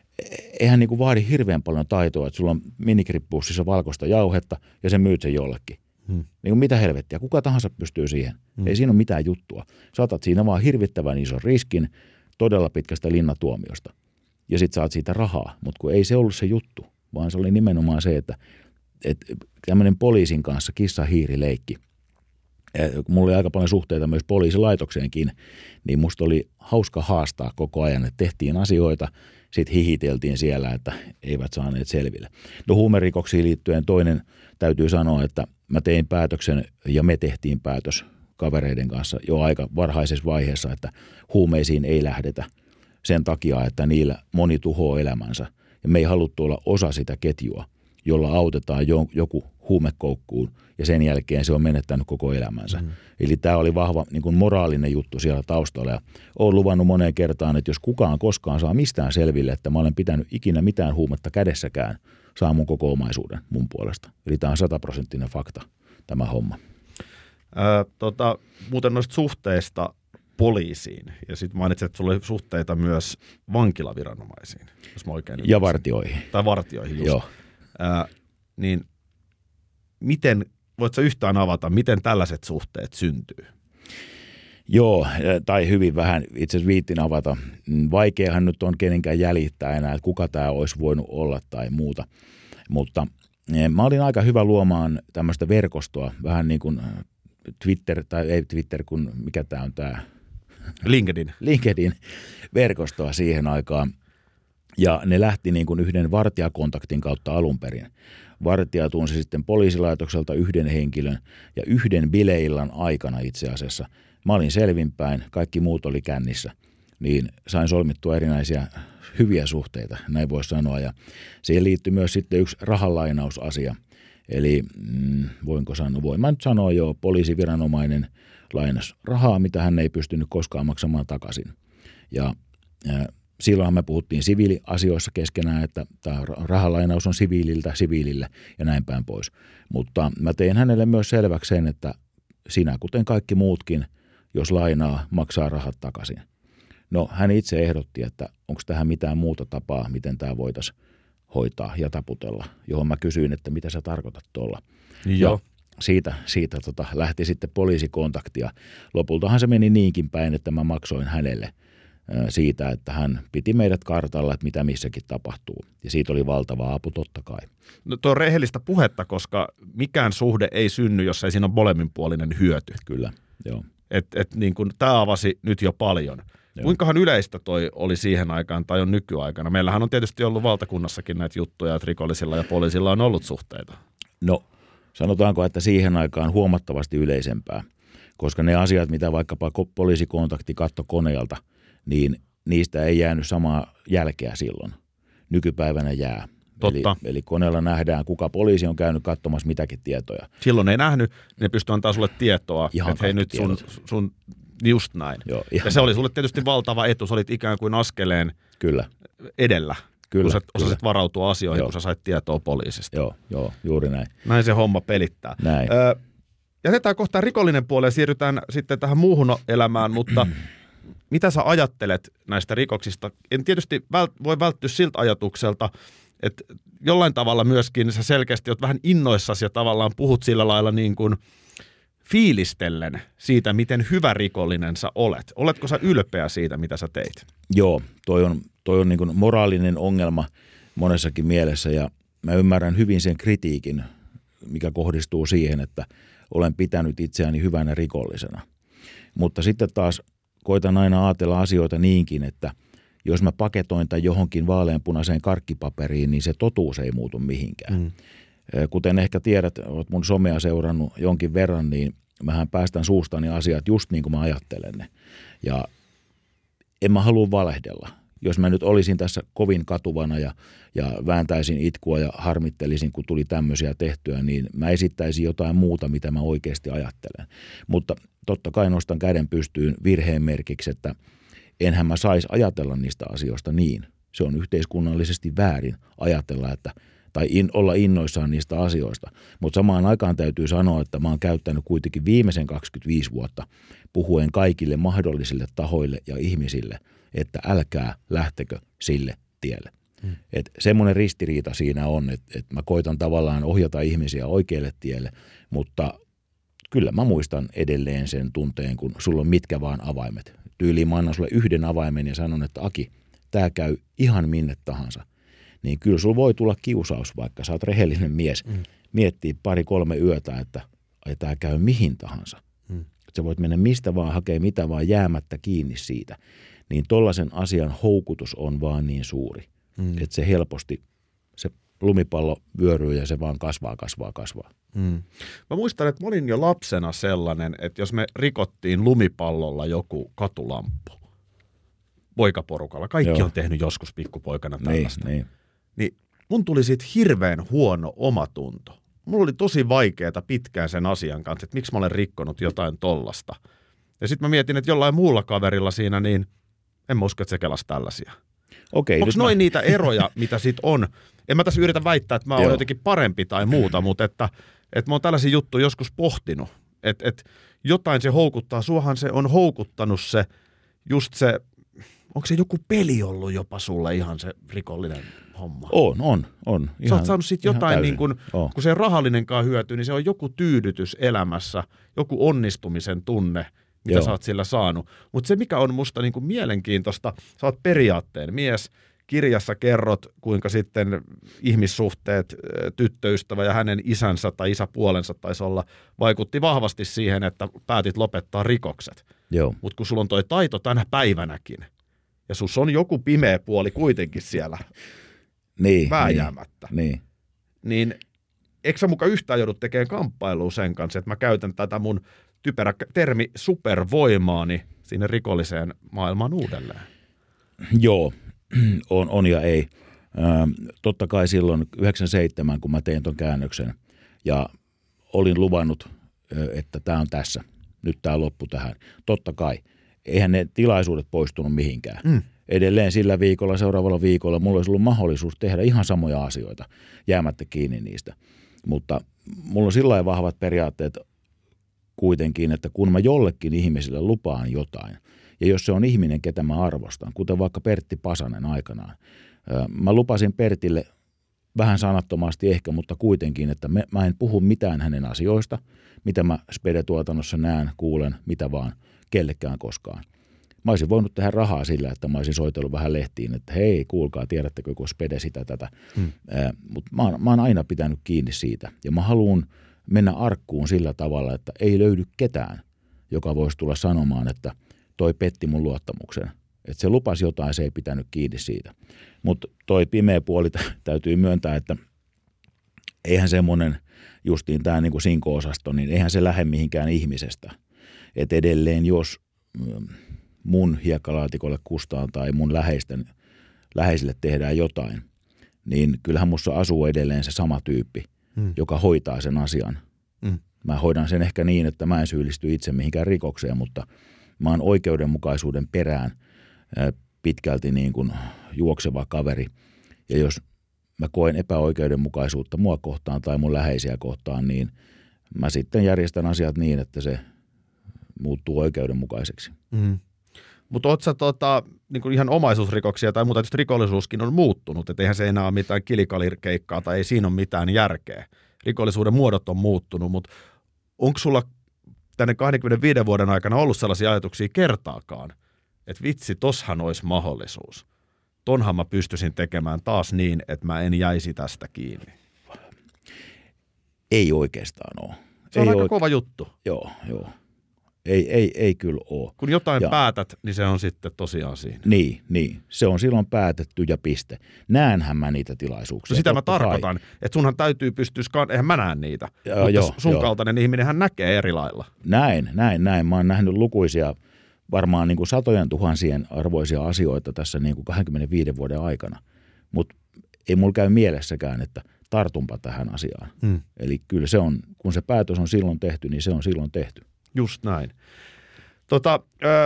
Eihän niin kuin vaadi hirveän paljon taitoa, että sulla on minikripussissa valkoista jauhetta ja sen myyt sen jollekin. Hmm. Niin kuin mitä helvettiä, kuka tahansa pystyy siihen. Hmm. Ei siinä ole mitään juttua. Saatat siinä vaan hirvittävän ison riskin todella pitkästä linnatuomiosta. Ja sit saat siitä rahaa, mutta kun ei se ollut se juttu, vaan se oli nimenomaan se, että, että tämmöinen poliisin kanssa kissa-hiiri-leikki. Mulla oli aika paljon suhteita myös poliisilaitokseenkin, niin musta oli hauska haastaa koko ajan, että tehtiin asioita, sitten hihiteltiin siellä, että eivät saaneet selville. No huumerikoksiin liittyen toinen täytyy sanoa, että mä tein päätöksen ja me tehtiin päätös kavereiden kanssa jo aika varhaisessa vaiheessa, että huumeisiin ei lähdetä sen takia, että niillä moni tuhoaa elämänsä. Ja me ei haluttu olla osa sitä ketjua, jolla autetaan joku huumekoukkuun ja sen jälkeen se on menettänyt koko elämänsä. Mm. Eli tämä oli vahva niin kuin moraalinen juttu siellä taustalla ja olen luvannut moneen kertaan, että jos kukaan koskaan saa mistään selville, että mä olen pitänyt ikinä mitään huumetta kädessäkään, saa mun koko omaisuuden mun puolesta. Eli tämä on sataprosenttinen fakta, tämä homma. Öö, tota, muuten noista suhteista poliisiin ja sitten mainitsit, että sulla oli suhteita myös vankilaviranomaisiin, jos mä oikein Ja vartioihin. Tai vartioihin just. Joo. Öö, niin miten, voitko yhtään avata, miten tällaiset suhteet syntyy? Joo, tai hyvin vähän itse asiassa viittin avata. Vaikeahan nyt on kenenkään jäljittää enää, että kuka tämä olisi voinut olla tai muuta. Mutta mä olin aika hyvä luomaan tämmöistä verkostoa, vähän niin kuin Twitter, tai ei Twitter, kun mikä tämä on tämä? LinkedIn. LinkedIn verkostoa siihen aikaan. Ja ne lähti niin kuin yhden vartijakontaktin kautta alun perin. Vartija tunsi sitten poliisilaitokselta yhden henkilön ja yhden bileillan aikana itse asiassa. Mä olin selvinpäin, kaikki muut oli kännissä, niin sain solmittua erinäisiä hyviä suhteita, näin voisi sanoa. Ja siihen liittyy myös sitten yksi rahanlainausasia. Eli mm, voinko sanoa, voin mä nyt sanoa jo, poliisiviranomainen lainas rahaa, mitä hän ei pystynyt koskaan maksamaan takaisin. Ja äh, silloinhan me puhuttiin siviiliasioissa keskenään, että tämä rahalainaus on siviililtä siviilille ja näin päin pois. Mutta mä tein hänelle myös selväksi sen, että sinä kuten kaikki muutkin, jos lainaa, maksaa rahat takaisin. No hän itse ehdotti, että onko tähän mitään muuta tapaa, miten tämä voitaisiin hoitaa ja taputella, johon mä kysyin, että mitä sä tarkoitat tuolla. Joo. Siitä, siitä tota, lähti sitten poliisikontaktia. Lopultahan se meni niinkin päin, että mä maksoin hänelle siitä, että hän piti meidät kartalla, että mitä missäkin tapahtuu. Ja siitä oli valtava apu totta kai. No tuo on rehellistä puhetta, koska mikään suhde ei synny, jos ei siinä ole molemminpuolinen hyöty. Kyllä, joo. Et, et niin kun, tämä avasi nyt jo paljon. Joo. Kuinkahan yleistä toi oli siihen aikaan tai on nykyaikana? Meillähän on tietysti ollut valtakunnassakin näitä juttuja, että rikollisilla ja poliisilla on ollut suhteita. No, sanotaanko, että siihen aikaan huomattavasti yleisempää, koska ne asiat, mitä vaikkapa poliisikontakti katsoi koneelta, niin niistä ei jäänyt samaa jälkeä silloin. Nykypäivänä jää. Eli, eli koneella nähdään, kuka poliisi on käynyt katsomassa mitäkin tietoja. Silloin ei nähnyt, ne pystyy antaa sulle tietoa, ihan että hei nyt sun, sun just näin. Joo, ja se oli sulle tietysti valtava etu, sä olit ikään kuin askeleen kyllä. edellä, kyllä, kun sä kyllä. osasit varautua asioihin, joo. kun sä sait tietoa poliisista. Joo, joo, juuri näin. Näin se homma pelittää. Näin. Öö, jätetään kohta rikollinen puoli ja siirrytään sitten tähän muuhun elämään, mutta mitä sä ajattelet näistä rikoksista? En tietysti vält- voi välttyä siltä ajatukselta, että jollain tavalla myöskin sä selkeästi oot vähän innoissasi ja tavallaan puhut sillä lailla niin kuin fiilistellen siitä, miten hyvä rikollinen sä olet. Oletko sä ylpeä siitä, mitä sä teit? Joo, toi on, toi on niin kuin moraalinen ongelma monessakin mielessä ja mä ymmärrän hyvin sen kritiikin, mikä kohdistuu siihen, että olen pitänyt itseäni hyvänä rikollisena. Mutta sitten taas koitan aina ajatella asioita niinkin, että jos mä paketoin tämän johonkin vaaleanpunaiseen karkkipaperiin, niin se totuus ei muutu mihinkään. Mm. Kuten ehkä tiedät, olet mun somea seurannut jonkin verran, niin mähän päästän suustani asiat just niin kuin mä ajattelen ne. Ja en mä halua valehdella. Jos mä nyt olisin tässä kovin katuvana ja, ja vääntäisin itkua ja harmittelisin, kun tuli tämmöisiä tehtyä, niin mä esittäisin jotain muuta, mitä mä oikeasti ajattelen. Mutta totta kai nostan käden pystyyn virheen merkiksi, että enhän mä saisi ajatella niistä asioista niin. Se on yhteiskunnallisesti väärin ajatella, että tai in, olla innoissaan niistä asioista. Mutta samaan aikaan täytyy sanoa, että mä oon käyttänyt kuitenkin viimeisen kaksikymmentäviisi vuotta puhuen kaikille mahdollisille tahoille ja ihmisille, että älkää lähtekö sille tielle. Hmm. Että semmoinen ristiriita siinä on, että, että mä koitan tavallaan ohjata ihmisiä oikealle tielle, mutta kyllä mä muistan edelleen sen tunteen, kun sulla on mitkä vaan avaimet. Tyyliin mä annan sulle yhden avaimen ja sanon, että Aki, tää käy ihan minne tahansa. Niin kyllä sulla voi tulla kiusaus, vaikka sä oot rehellinen mies, mm. miettiä pari-kolme yötä, että tämä käy mihin tahansa. Mm. Sä voit mennä mistä vaan, hakea mitä vaan jäämättä kiinni siitä. Niin tollaisen asian houkutus on vaan niin suuri, mm. että se helposti, se lumipallo vyöryy ja se vaan kasvaa, kasvaa, kasvaa. Mm. Mä muistan, että mä olin jo lapsena sellainen, että jos me rikottiin lumipallolla joku katulamppu, poikaporukalla, kaikki Joo. on tehnyt joskus pikkupoikana tällaista. Niin, niin. Niin mun tuli siitä hirveän huono omatunto. Mulla oli tosi vaikeaa pitkään sen asian kanssa, että miksi mä olen rikkonut jotain tollasta. Ja sitten mä mietin, että jollain muulla kaverilla siinä, niin en mä usko, että se kelasi tällaisia. Okei, onko noin mä... niitä eroja, mitä sit on? En mä tässä yritä väittää, että mä oon jotenkin parempi tai muuta, mutta että, että mä oon tällaisia juttuja joskus pohtinut. Että, että jotain se houkuttaa. Suohan se on houkuttanut se, just se, onko se joku peli ollut jopa sulle ihan se rikollinen homma? On, on, on. Ihan, sä oot saanut siitä jotain, niin kun, kun se rahallinenkaan hyötyy, niin se on joku tyydytys elämässä, joku onnistumisen tunne, mitä Joo. sä oot sillä saanut. Mutta se, mikä on musta niin kuin mielenkiintoista, sä oot periaatteen mies, kirjassa kerrot, kuinka sitten ihmissuhteet, tyttöystävä ja hänen isänsä tai isäpuolensa taisi olla, vaikutti vahvasti siihen, että päätit lopettaa rikokset. Mutta kun sulla on toi taito tänä päivänäkin, ja sus on joku pimeä puoli kuitenkin siellä niin, vääjäämättä, niin, niin. niin eikö sä muka yhtään joudut tekemään kamppailua sen kanssa, että mä käytän tätä mun typerä termi supervoimaani sinne rikolliseen maailmaan uudelleen? Joo, on, on ja ei. Ähm, totta kai silloin yhdeksänkymmentäseitsemän, kun mä tein ton käännöksen ja olin luvannut, että tämä on tässä, nyt tämä loppu tähän. Totta kai, eihän ne tilaisuudet poistunut mihinkään. Mm. Edelleen sillä viikolla, seuraavalla viikolla mulla olisi ollut mahdollisuus tehdä ihan samoja asioita, jäämättä kiinni niistä. Mutta mulla on sillä lailla vahvat periaatteet kuitenkin, että kun mä jollekin ihmiselle lupaan jotain, ja jos se on ihminen, ketä mä arvostan, kuten vaikka Pertti Pasanen aikanaan, mä lupasin Pertille vähän sanattomasti ehkä, mutta kuitenkin, että mä en puhu mitään hänen asioista, mitä mä Spede-tuotannossa näen, kuulen, mitä vaan, kellekään koskaan. Mä olisin voinut tehdä rahaa sillä, että mä olisin soitellut vähän lehtiin, että hei, kuulkaa, tiedättekö, kun Spede sitä tätä. Hmm. Mutta mä, mä oon aina pitänyt kiinni siitä. Ja mä haluan mennä arkkuun sillä tavalla, että ei löydy ketään, joka voisi tulla sanomaan, että toi petti mun luottamuksen. Että se lupasi jotain, se ei pitänyt kiinni siitä. Mutta toi pimeä puoli täytyy myöntää, että eihän semmoinen justiin tämä niinku sinko-osasto, niin eihän se lähde mihinkään ihmisestä. Että edelleen jos mun hiekkalaatikolle kustaan tai mun läheisten, läheisille tehdään jotain, niin kyllähän musta asuu edelleen se sama tyyppi, hmm. joka hoitaa sen asian. Hmm. Mä hoidan sen ehkä niin, että mä en syyllisty itse mihinkään rikokseen, mutta mä oon oikeudenmukaisuuden perään pitkälti niin kuin juokseva kaveri. Ja jos mä koen epäoikeudenmukaisuutta mua kohtaan tai mun läheisiä kohtaan, niin mä sitten järjestän asiat niin, että se muuttuu oikeudenmukaiseksi. Mm. Mutta ootko sä tota, niin ihan omaisuusrikoksia tai muuta, tietysti rikollisuuskin on muuttunut, että eihän se enää ole mitään kilikalikeikkaa tai ei siinä ole mitään järkeä. Rikollisuuden muodot on muuttunut, mutta onko sulla tänne kaksikymmentäviiden vuoden aikana ollut sellaisia ajatuksia kertaakaan, että vitsi, toshan olisi mahdollisuus. Tonhan mä pystyisin tekemään taas niin, että mä en jäisi tästä kiinni. Ei oikeastaan ole. Se on ei aika oike- kova juttu. Joo, joo. Ei, ei, ei kyllä ole. Kun jotain ja, päätät, niin se on sitten tosiaan siinä. Niin, niin. Se on silloin päätetty ja piste. Näenhän mä niitä tilaisuuksia. No sitä mä tarkoitan, kai. Että sunhan täytyy pystyä, eihän mä näe niitä, ja, mutta joo, sun joo. kaltainen ihminenhän näkee eri lailla. Näin, näin, näin. Mä oon nähnyt lukuisia, varmaan niin kuin satojen tuhansien arvoisia asioita tässä niin kuin kaksikymmentäviiden vuoden aikana. Mutta ei mulla käy mielessäkään, että tartunpa tähän asiaan. Hmm. Eli kyllä se on, kun se päätös on silloin tehty, niin se on silloin tehty. Just näin. Tota,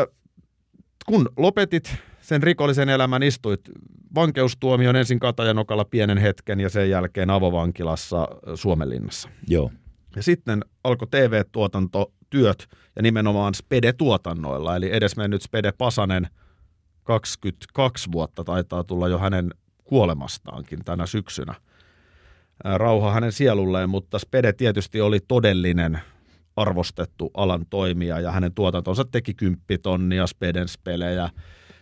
kun lopetit sen rikollisen elämän, istuit vankeustuomion ensin Katajanokalla pienen hetken ja sen jälkeen avovankilassa Suomenlinnassa. Joo. Ja sitten alkoi T V-tuotantotyöt ja nimenomaan Spede-tuotannoilla, eli edesmennyt Spede Pasanen, kaksikymmentäkaksi vuotta taitaa tulla jo hänen kuolemastaankin tänä syksynä. Rauha hänen sielulleen, mutta Spede tietysti oli todellinen arvostettu alan toimija ja hänen tuotantonsa teki kymppitonnia, Spedens pelejä,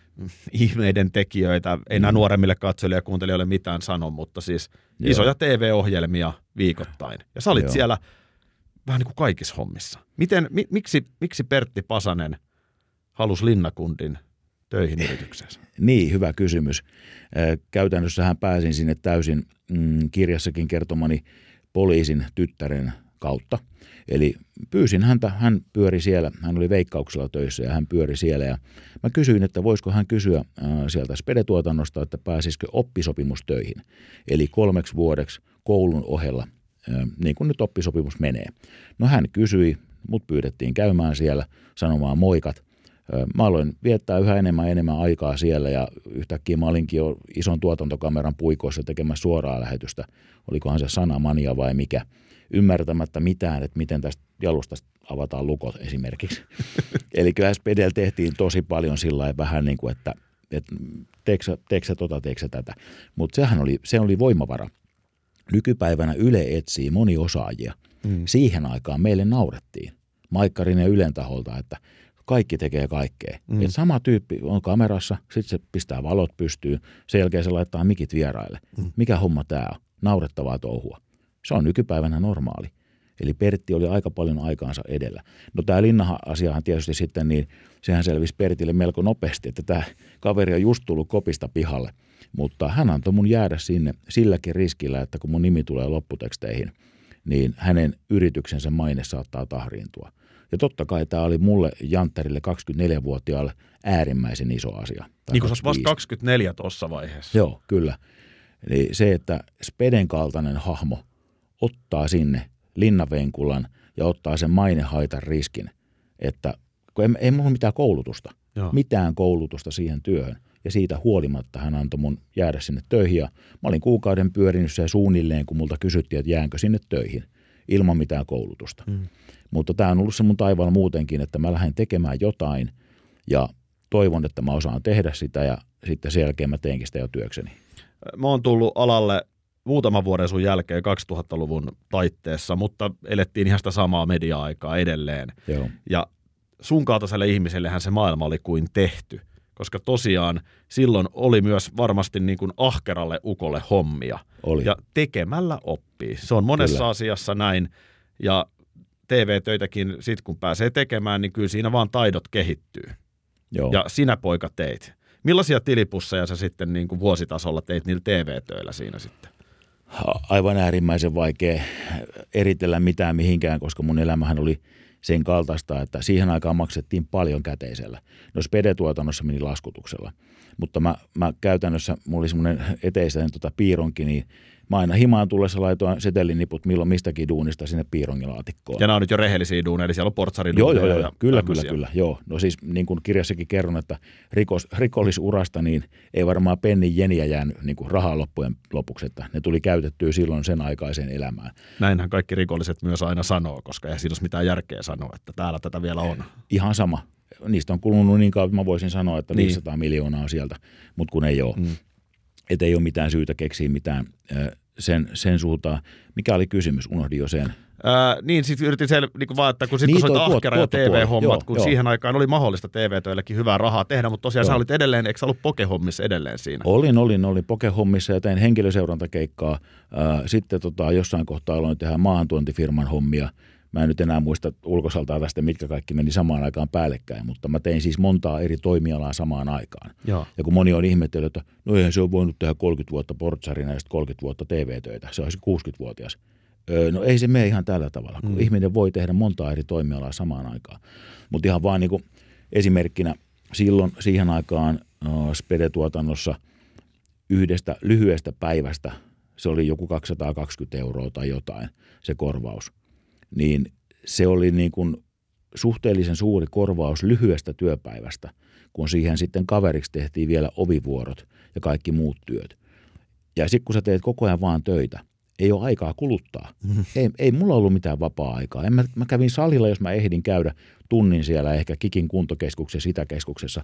ihmeiden tekijöitä. Ei mm. nämä nuoremmille katsojille ja kuuntelijoille mitään sano, mutta siis Joo. isoja T V-ohjelmia viikoittain. Ja sä olit Joo. siellä vähän niin kuin kaikissa hommissa. Miten, mi, miksi, miksi Pertti Pasanen halusi Linnakundin töihin yritykseensä? Niin, hyvä kysymys. Käytännössähän pääsin sinne täysin mm, kirjassakin kertomani poliisin tyttären kautta. Eli pyysin häntä, hän pyöri siellä, hän oli Veikkauksella töissä ja hän pyöri siellä ja mä kysyin, että voisiko hän kysyä äh, sieltä Spede-tuotannosta, että pääsisikö oppisopimustöihin, eli kolmeksi vuodeksi koulun ohella, äh, niin kuin nyt oppisopimus menee. No hän kysyi, mut pyydettiin käymään siellä sanomaan moikat. Äh, mä aloin viettää yhä enemmän ja enemmän aikaa siellä ja yhtäkkiä mä olinkin jo ison tuotantokameran puikoissa tekemässä suoraa lähetystä, olikohan se Sanamania vai mikä. Ymmärtämättä mitään, että miten tästä jalustasta avataan lukot esimerkiksi. Eli kyllä Spedellä tehtiin tosi paljon sillä lailla vähän niin kuin, että, että teekö sä tota, teekö sä tätä. Mutta sehän oli, se oli voimavara. Nykypäivänä Yle etsii moniosaajia. Mm. Siihen aikaan meille naurettiin Maikkarin ja Ylen taholta, että kaikki tekee kaikkea. Mm. Et sama tyyppi on kamerassa, sitten se pistää valot pystyyn, sen jälkeen se laittaa mikit vieraille. Mm. Mikä homma tämä on? Naurettavaa touhua. Se on nykypäivänä normaali. Eli Pertti oli aika paljon aikaansa edellä. No tämä Linna-asiahan tietysti sitten, niin sehän selvisi Pertille melko nopeasti, että tämä kaveri on just tullut kopista pihalle. Mutta hän antoi mun jäädä sinne silläkin riskillä, että kun mun nimi tulee lopputeksteihin, niin hänen yrityksensä maine saattaa tahriintua. Ja totta kai tämä oli mulle Jantterille kaksikymmentäneljävuotiaalle äärimmäisen iso asia. Niin kuin sä vasta kaksikymmentäneljä tuossa vaiheessa. Joo, kyllä. Eli se, että Speden kaltainen hahmo ottaa sinne Linnavenkulan ja ottaa sen mainehaitan riskin, että kun ei, ei mulla mitään koulutusta, Joo. mitään koulutusta siihen työhön. Ja siitä huolimatta hän antoi mun jäädä sinne töihin. Ja mä olin kuukauden pyörinyt se suunnilleen, kun multa kysyttiin, että jäänkö sinne töihin ilman mitään koulutusta. Mm. Mutta tämä on ollut se mun taivaalla muutenkin, että mä lähden tekemään jotain ja toivon, että mä osaan tehdä sitä ja sitten sen jälkeen mä teenkin sitä jo työkseni. Mä oon tullut alalle muutaman vuoden sun jälkeen kaksituhattaluvun taitteessa, mutta elettiin ihan sitä samaa media-aikaa edelleen. Joo. Ja sun kaltaiselle ihmisellehän se maailma oli kuin tehty, koska tosiaan silloin oli myös varmasti niin kuin ahkeralle ukolle hommia. Oli. Ja tekemällä oppii. Se on monessa kyllä. asiassa näin, ja T V-töitäkin sit kun pääsee tekemään, niin kyllä siinä vaan taidot kehittyy. Joo. Ja sinä poika teit. Millaisia tilipusseja sä sitten niin kuin vuositasolla teit niillä T V-töillä siinä sitten? Aivan äärimmäisen vaikea eritellä mitään mihinkään, koska mun elämähän oli sen kaltaista, että siihen aikaan maksettiin paljon käteisellä. No Spede-tuotannossa meni laskutuksella, mutta mä, mä käytännössä, mulla oli semmoinen eteisen tota piironki, niin mä aina himaan tullessa laitoin seteliniput milloin mistäkin duunista sinne piirongilaatikkoon. Ja nämä on nyt jo rehellisiä duuneja, eli siellä on portsariduuneja. Joo, joo, joo. Kyllä, kyllä, kyllä. Joo. No siis niin kuin kirjassakin kerron, että rikos, rikollisurasta niin ei varmaan pennin jeniä jäänyt niin kuin rahaa loppujen lopuksi, että ne tuli käytettyä silloin sen aikaiseen elämään. Näinhän kaikki rikolliset myös aina sanoo, koska ei siinä ole mitään järkeä sanoa, että täällä tätä vielä on. Ihan sama. Niistä on kulunut niin kauan, että mä voisin sanoa, että niin. viisisataa miljoonaa on sieltä, mutta kun ei ole. Mm. Että ei ole mitään syytä keksiä mitään sen, sen suuntaan. Mikä oli kysymys? Unohdin jo sen. Ää, niin, sitten yritin sel, niin vaan, että kun, sit, niin, kun sä olit ahkera ja T V-hommat, joo, kun joo. siihen aikaan oli mahdollista T V-töillekin hyvää rahaa tehdä, mutta tosiaan joo. sä olit edelleen, eikö sä ollut pokehommissa edelleen siinä? Olin, olin, olin pokehommissa ja tein henkilöseurantakeikkaa. Sitten tota, jossain kohtaa aloin tehdä maahantuontifirman hommia. Mä en nyt enää muista ulkosaltaan tästä, mitkä kaikki meni samaan aikaan päällekkäin, mutta mä tein siis montaa eri toimialaa samaan aikaan. Joo. Ja kun moni on ihmetellyt, että no eihän se on voinut tehdä kolmekymmentä vuotta portsarina ja sitten kolmekymmentä vuotta T V-töitä, se olisi kuusikymmentävuotias. Öö, no ei se mene ihan tällä tavalla, kun mm. ihminen voi tehdä montaa eri toimialaa samaan aikaan. Mutta ihan vaan niin kuin esimerkkinä silloin siihen aikaan uh, Spede-tuotannossa yhdestä lyhyestä päivästä, se oli joku kaksisataakaksikymmentä euroa tai jotain se korvaus. Niin se oli niin kuin suhteellisen suuri korvaus lyhyestä työpäivästä, kun siihen sitten kaveriksi tehtiin vielä ovivuorot ja kaikki muut työt. Ja sitten kun sä teet koko ajan vaan töitä, ei ole aikaa kuluttaa. Mm. Ei, ei mulla ollut mitään vapaa-aikaa. En mä, mä kävin salilla, jos mä ehdin käydä tunnin siellä ehkä Kikin kuntokeskuksessa, Itäkeskuksessa.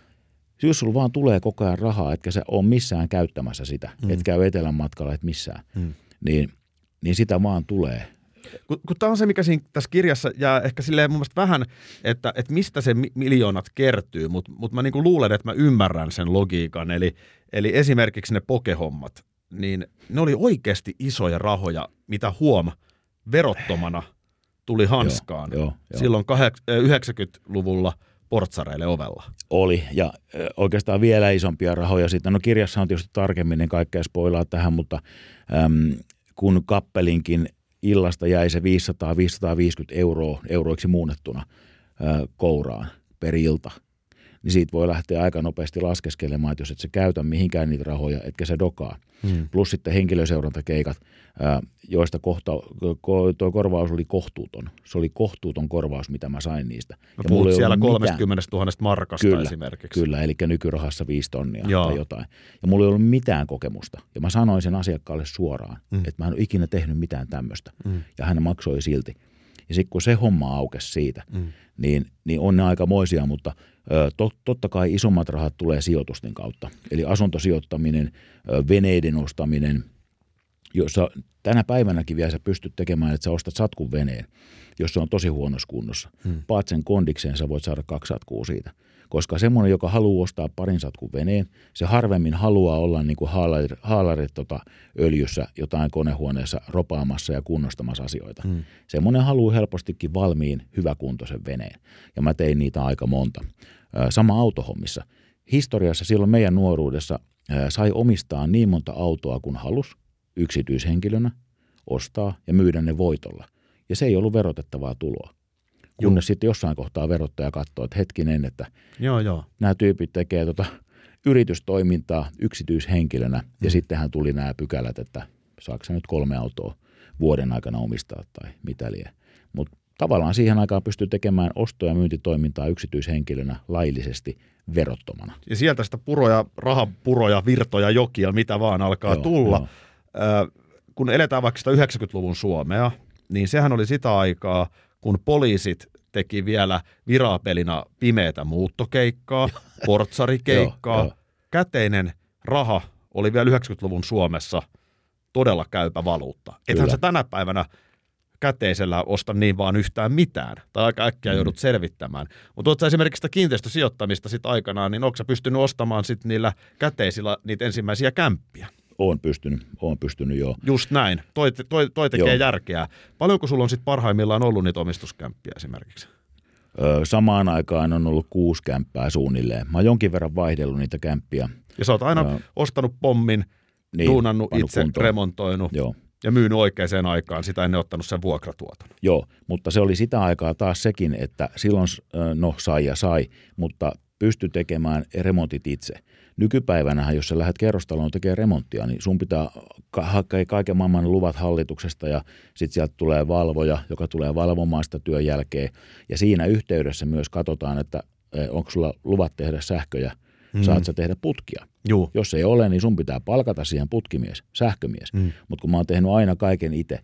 Jos sulla vaan tulee koko ajan rahaa, etkä sä ole missään käyttämässä sitä, mm. et käy etelän matkalla, et missään, mm. niin, niin sitä vaan tulee. Kun, kun tämä on se, mikä siinä tässä kirjassa jää ehkä silleen mun mielestä vähän, että, että mistä se miljoonat kertyy, mutta mut mä niinku luulen, että mä ymmärrän sen logiikan. Eli, eli esimerkiksi ne pokehommat, niin ne oli oikeasti isoja rahoja, mitä huom, verottomana tuli hanskaan joo, joo, joo. silloin yhdeksänkymmentäluvulla portsareille ovella. Oli, ja oikeastaan vielä isompia rahoja sitten. No kirjassa on tietysti tarkemmin, en kaikkea spoilaa tähän, mutta äm, kun kappelinkin illasta jäi se viisisataa viisisataaviisikymmentä euroa euroiksi muunnettuna ää, kouraan per ilta, niin siitä voi lähteä aika nopeasti laskeskelemaan, että jos et sä käytä mihinkään niitä rahoja, etkä sä dokaa. Hmm. Plus sitten henkilöseurantakeikat, ää, joista kohta, ko, tuo korvaus oli kohtuuton. Se oli kohtuuton korvaus, mitä mä sain niistä. Mä puhut siellä kolmekymmentätuhatta markasta kyllä, esimerkiksi. Kyllä, eli nykyrahassa viisi tonnia Joo. tai jotain. Ja mulla ei ollut mitään kokemusta. Ja mä sanoin sen asiakkaalle suoraan, hmm. että mä en ole ikinä tehnyt mitään tämmöistä. Hmm. Ja hän maksoi silti. Ja sitten kun se homma aukesi siitä, hmm. niin, niin on ne aikamoisia, mutta Tot, totta kai isommat rahat tulee sijoitusten kautta. Eli asuntosijoittaminen, veneiden ostaminen, jossa tänä päivänäkin vielä sä pystyt tekemään, että sä ostat satkun veneen, jos se on tosi huonossa kunnossa. Hmm. Paat sen kondikseen, sä voit saada kaksi satkua siitä. Koska semmoinen, joka haluaa ostaa parin satkun veneen, se harvemmin haluaa olla niin kuin haalarit, haalarit tota, öljyssä jotain konehuoneessa ropaamassa ja kunnostamassa asioita. Hmm. Semmoinen haluaa helpostikin valmiin hyväkuntoisen veneen. Ja mä tein niitä aika monta. Sama autohommissa. Historiassa silloin meidän nuoruudessa sai omistaa niin monta autoa kuin halus yksityishenkilönä, ostaa ja myydä ne voitolla. Ja se ei ollut verotettavaa tuloa. Kunnes sitten jossain kohtaa verottaja katsoo, että hetkinen, että joo, joo. nämä tyypit tekee tota yritystoimintaa yksityishenkilönä. Mm. Ja sittenhän tuli nämä pykälät, että saako sä nyt kolme autoa vuoden aikana omistaa tai mitä liian. Mutta tavallaan siihen aikaan pystyy tekemään osto- ja myyntitoimintaa yksityishenkilönä laillisesti verottomana. Ja sieltä sitä puroja, rahapuroja, virtoja, jokia, mitä vaan alkaa joo, tulla. Joo. Äh, kun eletään vaikka sitä yhdeksänkymmentäluvun Suomea, niin sehän oli sitä aikaa, kun poliisit teki vielä virapelina pimeätä muuttokeikkaa, portsarikeikkaa. jo, jo. Käteinen raha oli vielä yhdeksänkymmentäluvun Suomessa todella käypä valuutta. Ethän se tänä päivänä käteisellä osta niin vaan yhtään mitään, tai aika äkkiä joudut selvittämään. Mutta oletko esimerkiksi sitä kiinteistösijoittamista sit aikanaan, niin onko sä pystynyt ostamaan sit niillä käteisillä niitä ensimmäisiä kämppiä? Oon pystynyt, oon pystynyt joo. Just näin. Toi, toi, toi tekee joo. järkeä. Paljonko sulla on sit parhaimmillaan ollut niitä omistuskämppiä esimerkiksi? Öö, samaan aikaan on ollut kuusi kämppää suunnilleen. Mä oon jonkin verran vaihdellut niitä kämppiä. Ja sä oot aina öö, ostanut pommin, niin, duunannut itse, kuntoon. Remontoinut joo. ja myynyt oikeaan aikaan, sitä ennen ottanut sen vuokratuoton. Joo, mutta se oli sitä aikaa taas sekin, että silloin no sai ja sai, mutta pystyi tekemään remontit itse. Nykypäivänähän, jos sä lähdet kerrostaloon tekemään remonttia, niin sun pitää hakea kaiken maailman luvat hallituksesta ja sitten sieltä tulee valvoja, joka tulee valvomaan sitä työn jälkeen. Ja siinä yhteydessä myös katsotaan, että onko sulla luvat tehdä sähköjä, mm. saat sä tehdä putkia. Juu. Jos ei ole, niin sun pitää palkata siihen putkimies, sähkömies. Mm. Mutta kun mä oon tehnyt aina kaiken itse,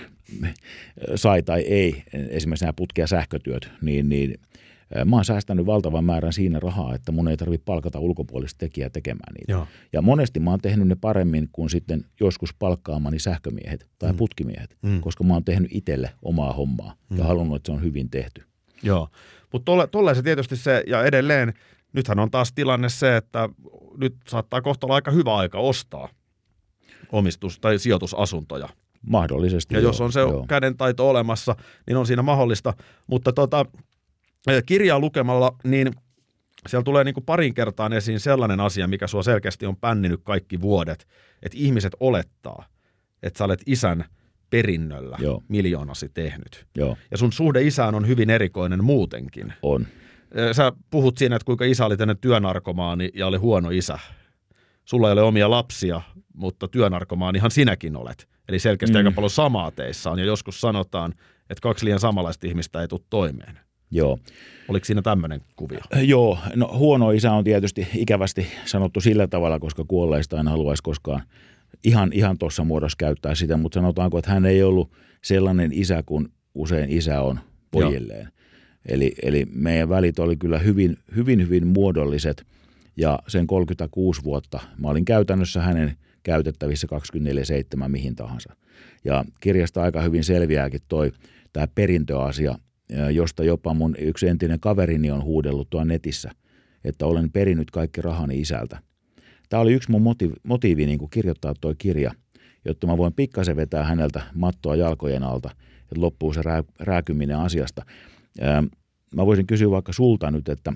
sai tai ei, esimerkiksi nämä putki- ja sähkötyöt, niin, niin mä oon säästänyt valtavan määrän siinä rahaa, että mun ei tarvitse palkata ulkopuolista tekijää tekemään niitä. Joo. Ja monesti mä oon tehnyt ne paremmin kuin sitten joskus palkkaamani sähkömiehet tai mm. putkimiehet, mm. koska mä oon tehnyt itselle omaa hommaa mm. ja halunnut, että se on hyvin tehty. Joo, mutta tolle, tolle se tietysti se, ja edelleen, nythän on taas tilanne se, että nyt saattaa kohta olla aika hyvä aika ostaa omistus- tai sijoitusasuntoja. Mahdollisesti. Ja joo, jos on se joo. kädentaito olemassa, niin on siinä mahdollista, mutta tota, kirjaa lukemalla, niin siellä tulee niin kuin parin kertaan esiin sellainen asia, mikä sua selkeästi on pänninyt kaikki vuodet, että ihmiset olettaa, että sä olet isän perinnöllä Joo. miljoonasi tehnyt. Joo. Ja sun suhde isään on hyvin erikoinen muutenkin. On. Sä puhut siinä, että kuinka isä oli tänne työnarkomaani ja oli huono isä. Sulla ei ole omia lapsia, mutta työnarkomaanihan sinäkin olet. Eli selkeästi mm. aika paljon samaa teissä on, ja joskus sanotaan, että kaksi liian samanlaista ihmistä ei tule toimeen. Joo. Oliko siinä tämmöinen kuvio? Joo, no huono isä on tietysti ikävästi sanottu sillä tavalla, koska kuolleista en haluaisi koskaan ihan, ihan tuossa muodossa käyttää sitä, mutta sanotaanko, että hän ei ollut sellainen isä kuin usein isä on pojilleen. Eli, eli meidän välit oli kyllä hyvin, hyvin, hyvin muodolliset, ja sen kolmekymmentäkuusi vuotta mä olin käytännössä hänen käytettävissä kaksikymmentäneljä seitsemän mihin tahansa. Ja kirjasta aika hyvin selviääkin toi tämä perintöasia, josta jopa mun yksi entinen kaverini on huudellut tuon netissä, että olen perinnyt kaikki rahani isältä. Tämä oli yksi mun motiivi, motiivi niin kuin kirjoittaa toi kirja, jotta mä voin pikkasen vetää häneltä mattoa jalkojen alta, että loppuu se rää, rääkyminen asiasta. Mä voisin kysyä vaikka sulta nyt, että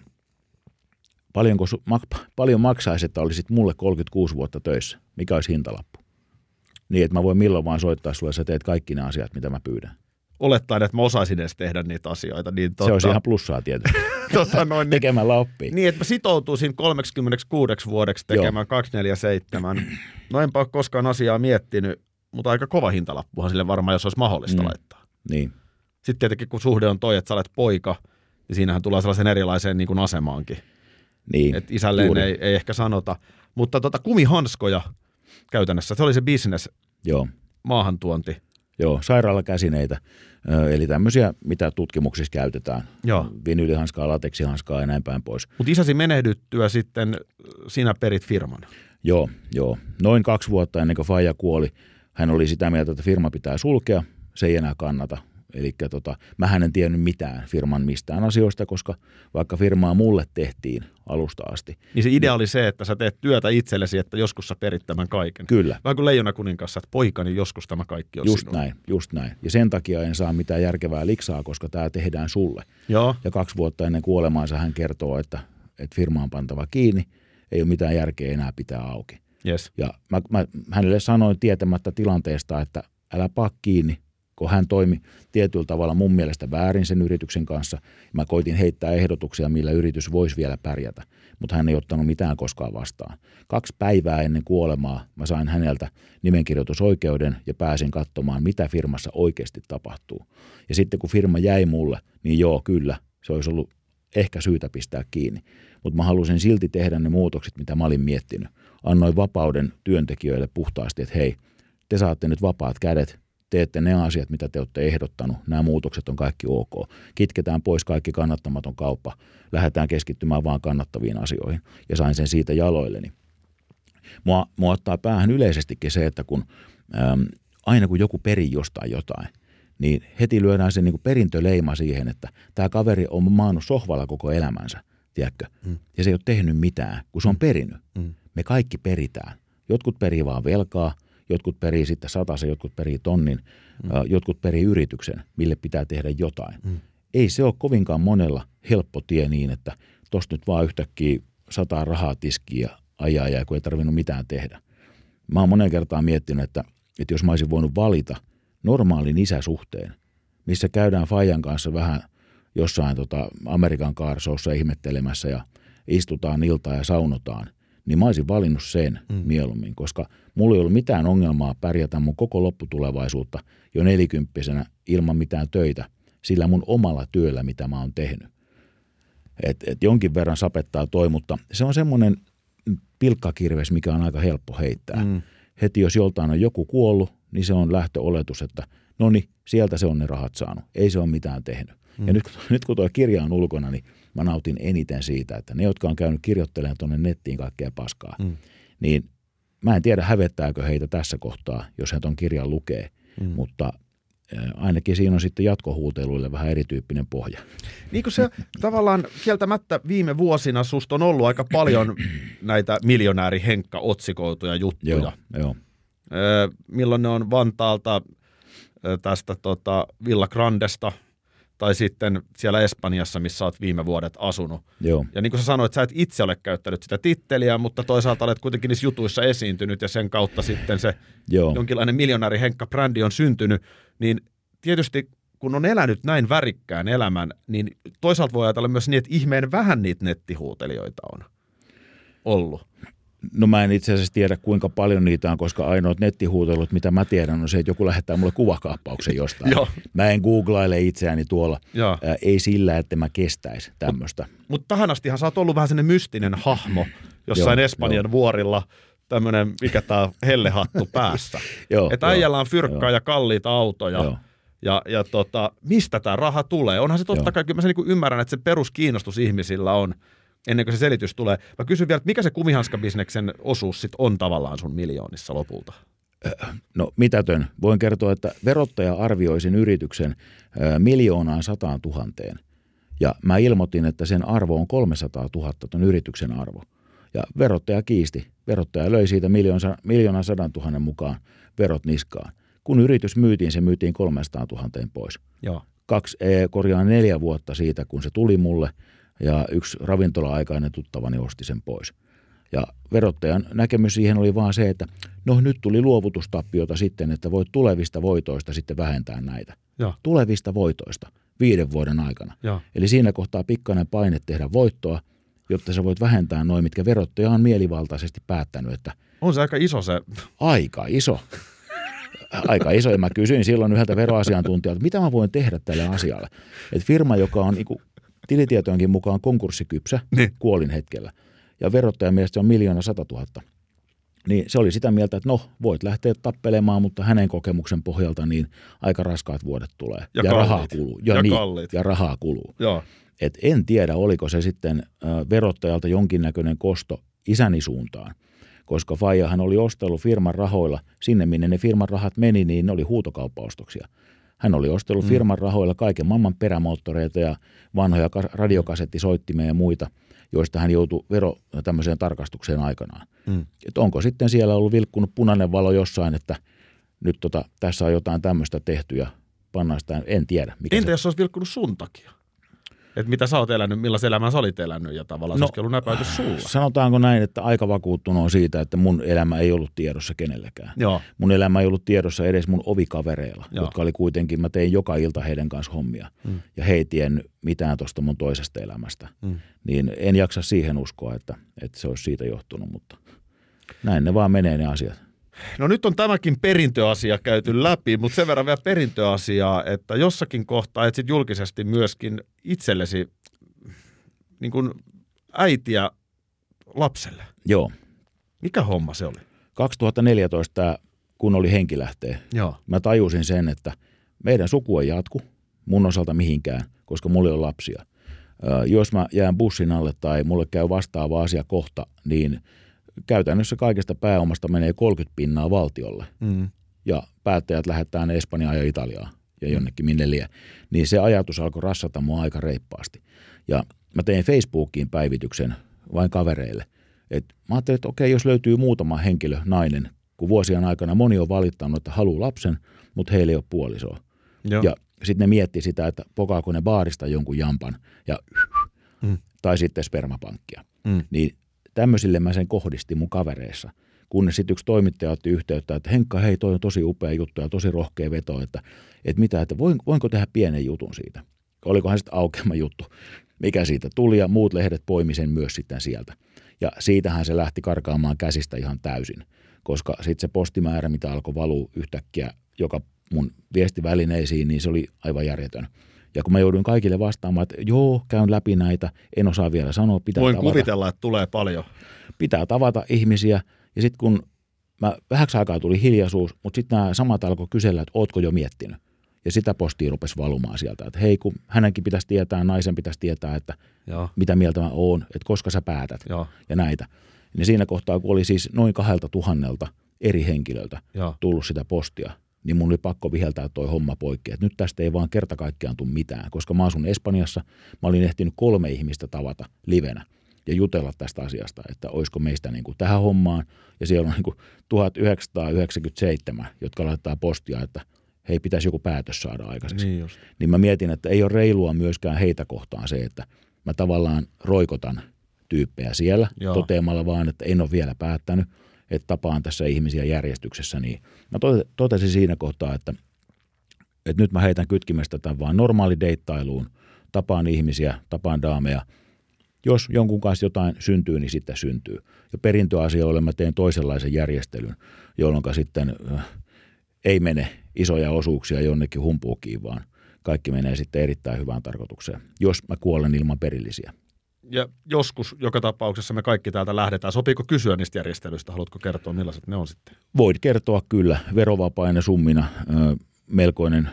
paljonko su, mak, paljon maksaisi, että olisit mulle kolmekymmentäkuusi vuotta töissä? Mikä olisi hintalappu? Niin, että mä voin milloin vaan soittaa sulle, sä teet kaikki ne asiat, mitä mä pyydän. Olettaen, että mä osaisin edes tehdä niitä asioita. Niin tota, se olisi ihan plussaa tietysti. tota noin, tekemällä oppii. Niin, että mä sitoutuisin kolmekymmentäkuusi vuodeksi tekemään kaksikymmentäneljä seitsemän. No enpä ole koskaan asiaa miettinyt, mutta aika kova hintalappuhan sille varmaan, jos olisi mahdollista mm. laittaa. Niin. Sitten tietenkin, kun suhde on toi, että sä olet poika, niin siinähän tulee sellaisen erilaiseen niin kuin asemaankin. Niin, että isälleen ei, ei ehkä sanota. Mutta tota, kumihanskoja käytännössä, se oli se business, Joo. maahantuonti. Joo, sairaalakäsineitä, eli tämmöisiä, mitä tutkimuksissa käytetään. Joo. Vinyylihanskaa, lateksihanskaa ja näin päin pois. Mutta isäsi menehdyttyä sitten sinä perit firman. Joo, joo. Noin kaksi vuotta ennen kuin faija kuoli, hän oli sitä mieltä, että firma pitää sulkea, se ei enää kannata. Eli tota, mähän en tiennyt mitään firman mistään asioista, koska vaikka firmaa mulle tehtiin alusta asti. Niin se idea oli se, että sä teet työtä itsellesi, että joskus sä perit tämän kaiken. Kyllä. Vähän kuin Leijona kuninkaassa, että poikani joskus tämä kaikki on just sinun. näin, just näin. Ja sen takia en saa mitään järkevää liksaa, koska tämä tehdään sulle. Joo. Ja kaksi vuotta ennen kuolemaansa hän kertoo, että, että firma on pantava kiinni, ei ole mitään järkeä enää pitää auki. Yes. Ja mä, mä hänelle sanoin tietämättä tilanteesta, että älä paa kiinni, kun hän toimi tietyllä tavalla mun mielestä väärin sen yrityksen kanssa. Mä koitin heittää ehdotuksia, millä yritys voisi vielä pärjätä, mutta hän ei ottanut mitään koskaan vastaan. Kaksi päivää ennen kuolemaa mä sain häneltä nimenkirjoitusoikeuden ja pääsin katsomaan, mitä firmassa oikeasti tapahtuu. Ja sitten kun firma jäi mulle, niin joo, kyllä, se olisi ollut ehkä syytä pistää kiinni. Mutta mä halusin silti tehdä ne muutokset, mitä mä olin miettinyt. Annoin vapauden työntekijöille puhtaasti, että hei, te saatte nyt vapaat kädet, teette ne asiat, mitä te olette ehdottanut. Nämä muutokset on kaikki ok. Kitketään pois kaikki kannattamaton kauppa. Lähdetään keskittymään vaan kannattaviin asioihin. Ja sain sen siitä jaloilleni. Mua, mua ottaa päähän yleisestikin se, että kun äm, aina kun joku perii jostain jotain, niin heti lyödään se niin kuin perintöleima siihen, että tämä kaveri on maannut sohvalla koko elämänsä, tiedätkö? Mm. Ja se ei ole tehnyt mitään, kun se on perinyt. Mm. Me kaikki peritään. Jotkut perii vaan velkaa, jotkut perii sitten satasen, jotkut perii tonnin, mm. jotkut perii yrityksen, mille pitää tehdä jotain. Mm. Ei se ole kovinkaan monella helppo tie niin, että tosta nyt vaan yhtäkkiä sataa rahaa tiskiin ja ajaa ja kun ei tarvinnut mitään tehdä. Mä oon monen kertaan miettinyt, että, että jos mä olisin voinut valita normaalin isäsuhteen, missä käydään faijan kanssa vähän jossain tota Amerikan Car-showssa ihmettelemässä ja istutaan iltaa ja saunotaan, niin mä olisin valinnut sen mm. mieluummin, koska mulla ei ollut mitään ongelmaa pärjätä mun koko lopputulevaisuutta jo nelikymppisenä ilman mitään töitä sillä mun omalla työllä, mitä mä oon tehnyt. Et, et jonkin verran sapettaa toi, mutta se on semmoinen pilkkakirves, mikä on aika helppo heittää. Mm. Heti jos joltain on joku kuollut, niin se on lähtöoletus, että no niin, sieltä se on ne rahat saanut. Ei se ole mitään tehnyt. Mm. Ja nyt, nyt kun tuo kirja on ulkona, niin mä nautin eniten siitä, että ne, jotka on käynyt kirjoittelemaan tuonne nettiin kaikkea paskaa, mm. niin mä en tiedä hävettääkö heitä tässä kohtaa, jos he ton kirjan lukee, mm. mutta ainakin siinä on sitten jatkohuuteluille vähän erityyppinen pohja. Niin kuin se tavallaan kieltämättä viime vuosina susta on ollut aika paljon näitä miljonääri Henkka-otsikoituja juttuja. Joo, joo. Milloin ne on Vantaalta tästä tota Villa Grandesta tai sitten siellä Espanjassa, missä olet viime vuodet asunut. Joo. Ja niin kuin sä sanoit, sä et itse ole käyttänyt sitä titteliä, mutta toisaalta olet kuitenkin niissä jutuissa esiintynyt ja sen kautta sitten se Joo. jonkinlainen miljonääri Henkka-brändi on syntynyt, niin tietysti kun on elänyt näin värikkään elämän, niin toisaalta voi ajatella myös niin, että ihmeen vähän niitä nettihuutelijoita on ollut. No mä en itse asiassa tiedä, kuinka paljon niitä on, koska ainoat nettihuutelut, mitä mä tiedän, on se, että joku lähettää mulle kuvakaappauksen jostain. Mä en googlaile itseäni tuolla. Ää, ei sillä, että mä kestäisi tämmöistä. Mutta mut tähän astihan sä oot ollut vähän sellainen mystinen hahmo jossain Espanjan jo. vuorilla, tämmöinen, mikä tää hellehattu päässä. Että äijällä on fyrkkaa jo. ja kalliita autoja. Jo. Ja, ja tota, mistä tämä raha tulee? Onhan se totta Joo. kai, kyllä mä se niin ymmärrän, että se peruskiinnostus ihmisillä on, ennen kuin se selitys tulee. Mä kysyn vielä, että mikä se kumihanskabisneksen osuus sit on tavallaan sun miljoonissa lopulta? No mitätön. Voin kertoa, että verottaja arvioi sen yrityksen miljoonaan sataan tuhanteen. Ja mä ilmoitin, että sen arvo on kolmesataa tuhatta, ton yrityksen arvo. Ja verottaja kiisti. Verottaja löi siitä miljoonan sadan tuhannen mukaan verot niskaan. Kun yritys myytiin, se myytiin kolmesataa tuhanteen pois. Joo. Kaksi, korjaan neljä vuotta siitä, kun se tuli mulle, ja yksi ravintola-aikainen tuttavani osti sen pois. Ja verottajan näkemys siihen oli vaan se, että no nyt tuli luovutustappiota sitten, että voit tulevista voitoista sitten vähentää näitä. Ja. Tulevista voitoista viiden vuoden aikana. Ja. Eli siinä kohtaa pikkainen paine tehdä voittoa, jotta sä voit vähentää noin, mitkä verottaja on mielivaltaisesti päättänyt. Että on se aika iso se. Aika iso. Aika iso. Ja mä kysyin silloin yhdeltä veroasiantuntijalta, mitä mä voin tehdä tälle asialle. Että firma, joka on niinku tilitietojenkin mukaan konkurssikypsä niin. kuolin hetkellä. Ja verottajan mielestä se on miljoona satatuhatta. Niin se oli sitä mieltä, että no, voit lähteä tappelemaan, mutta hänen kokemuksen pohjalta niin aika raskaat vuodet tulee. Ja, ja rahaa kalliit. kuluu. Ja, ja, niin, kalliit. ja rahaa kuluu. Joo. Et en tiedä, oliko se sitten äh, verottajalta jonkinnäköinen kosto isäni suuntaan. Koska faijahan oli ostellut firman rahoilla. Sinne, minne ne firman rahat meni, niin ne oli huutokauppaostoksia. Hän oli ostellut mm. firman rahoilla kaiken maailman perämoottoreita ja vanhoja radiokasettisoittimia ja muita, joista hän joutui vero tämmöiseen tarkastukseen aikanaan. Mm. Et onko sitten siellä ollut vilkkunut punainen valo jossain, että nyt tota, tässä on jotain tämmöistä tehty ja pannaan sitä, en tiedä. Mikä Entä se... jos se olisi vilkkunut sun takia? Että mitä sä oot elänyt, millaisen elämän sä olit elänyt ja tavallaan no, se olisi ollut näpäytys sulla. Sanotaanko näin, että aika vakuuttunut on siitä, että mun elämä ei ollut tiedossa kenellekään. Joo. Mun elämä ei ollut tiedossa edes mun ovikavereilla, Joo. jotka oli kuitenkin, mä tein joka ilta heidän kanssa hommia. Mm. Ja he ei tiennyt mitään tuosta mun toisesta elämästä. Mm. Niin en jaksa siihen uskoa, että, että se olisi siitä johtunut, mutta näin ne vaan menee ne asiat. No nyt on tämäkin perintöasia käyty läpi, mutta sen verran vielä perintöasiaa, että jossakin kohtaa etsit julkisesti myöskin itsellesi niin kuin äitiä lapselle. Joo. Mikä homma se oli? kaksituhattaneljätoista, kun oli henkilähtee, Joo. mä tajusin sen, että meidän suku ei jatku mun osalta mihinkään, koska mulla ei ole lapsia. Jos mä jään bussin alle tai mulle käy vastaava asia kohta, niin käytännössä kaikesta pääomasta menee kolmekymmentä pinnaa valtiolle. Mm. Ja päättäjät lähettää ne Espanjaan ja Italiaan. ja jonnekin minne lie. Niin se ajatus alkoi rassata mua aika reippaasti. Ja mä tein Facebookiin päivityksen vain kavereille. Et mä ajattelin, että okei, jos löytyy muutama henkilö, nainen, kun vuosien aikana moni on valittanut, että haluaa lapsen, mutta heillä ei ole puolisoa. Joo. Ja sitten ne miettii sitä, että pokaako ne baarista jonkun jampan ja, mm. tai sitten spermapankkia. Mm. Niin tämmöisille mä sen kohdistin mun kavereissa. Kunnes sitten yksi toimittaja otti yhteyttä, että Henkka, hei, toi on tosi upea juttu ja tosi rohkea veto, että, että mitä, että voin, voinko tehdä pienen jutun siitä. Olikohan sitten aukeama juttu, mikä siitä tuli ja muut lehdet poimi sen myös sitten sieltä. Ja siitähän se lähti karkaamaan käsistä ihan täysin, koska sitten se postimäärä, mitä alkoi valua yhtäkkiä joka mun viestivälineisiin, niin se oli aivan järjetön. Ja kun mä jouduin kaikille vastaamaan, että joo, käyn läpi näitä, en osaa vielä sanoa, pitää Voin tavata. kuvitella, että tulee paljon. Pitää tavata ihmisiä, ja sitten kun mä vähäksi aikaa tuli hiljaisuus, mutta sitten nämä samat alkoi kysellä, että ootko jo miettinyt. Ja sitä postia rupesi valumaan sieltä, että hei, kun hänenkin pitäisi tietää, naisen pitäisi tietää, että joo. mitä mieltä mä oon, että koska sä päätät joo. ja näitä. Ja siinä kohtaa, kun oli siis noin kahdelta tuhannelta eri henkilöltä joo. tullut sitä postia, niin mun oli pakko viheltää toi homma poikki, että nyt tästä ei vaan kerta kaikkiaan tule mitään, koska mä asun Espanjassa, mä olin ehtinyt kolme ihmistä tavata livenä ja jutella tästä asiasta, että olisiko meistä niin kuin tähän hommaan, ja siellä on niin kuin tuhatyhdeksänsataayhdeksänkymmentäseitsemän, jotka laittaa postia, että hei, pitäisi joku päätös saada aikaiseksi. Niin, niin mä mietin, että ei ole reilua myöskään heitä kohtaan se, että mä tavallaan roikotan tyyppejä siellä joo. toteamalla vaan, että en ole vielä päättänyt, että tapaan tässä ihmisiä järjestyksessä, niin mä totesin siinä kohtaa, että, että nyt mä heitän kytkimestä tämän vaan normaali deittailuun, tapaan ihmisiä, tapaan daameja. Jos jonkun kanssa jotain syntyy, niin sitten syntyy. Ja perintöasioille mä teen toisenlaisen järjestelyn, jolloin sitten äh, ei mene isoja osuuksia jonnekin humpuukiin, vaan kaikki menee sitten erittäin hyvään tarkoitukseen, jos mä kuolen ilman perillisiä. Ja joskus, joka tapauksessa me kaikki täältä lähdetään. Sopiiko kysyä niistä järjestelyistä? Haluatko kertoa, millaiset ne on sitten? Voit kertoa kyllä. Verovapainen summina ö, melkoinen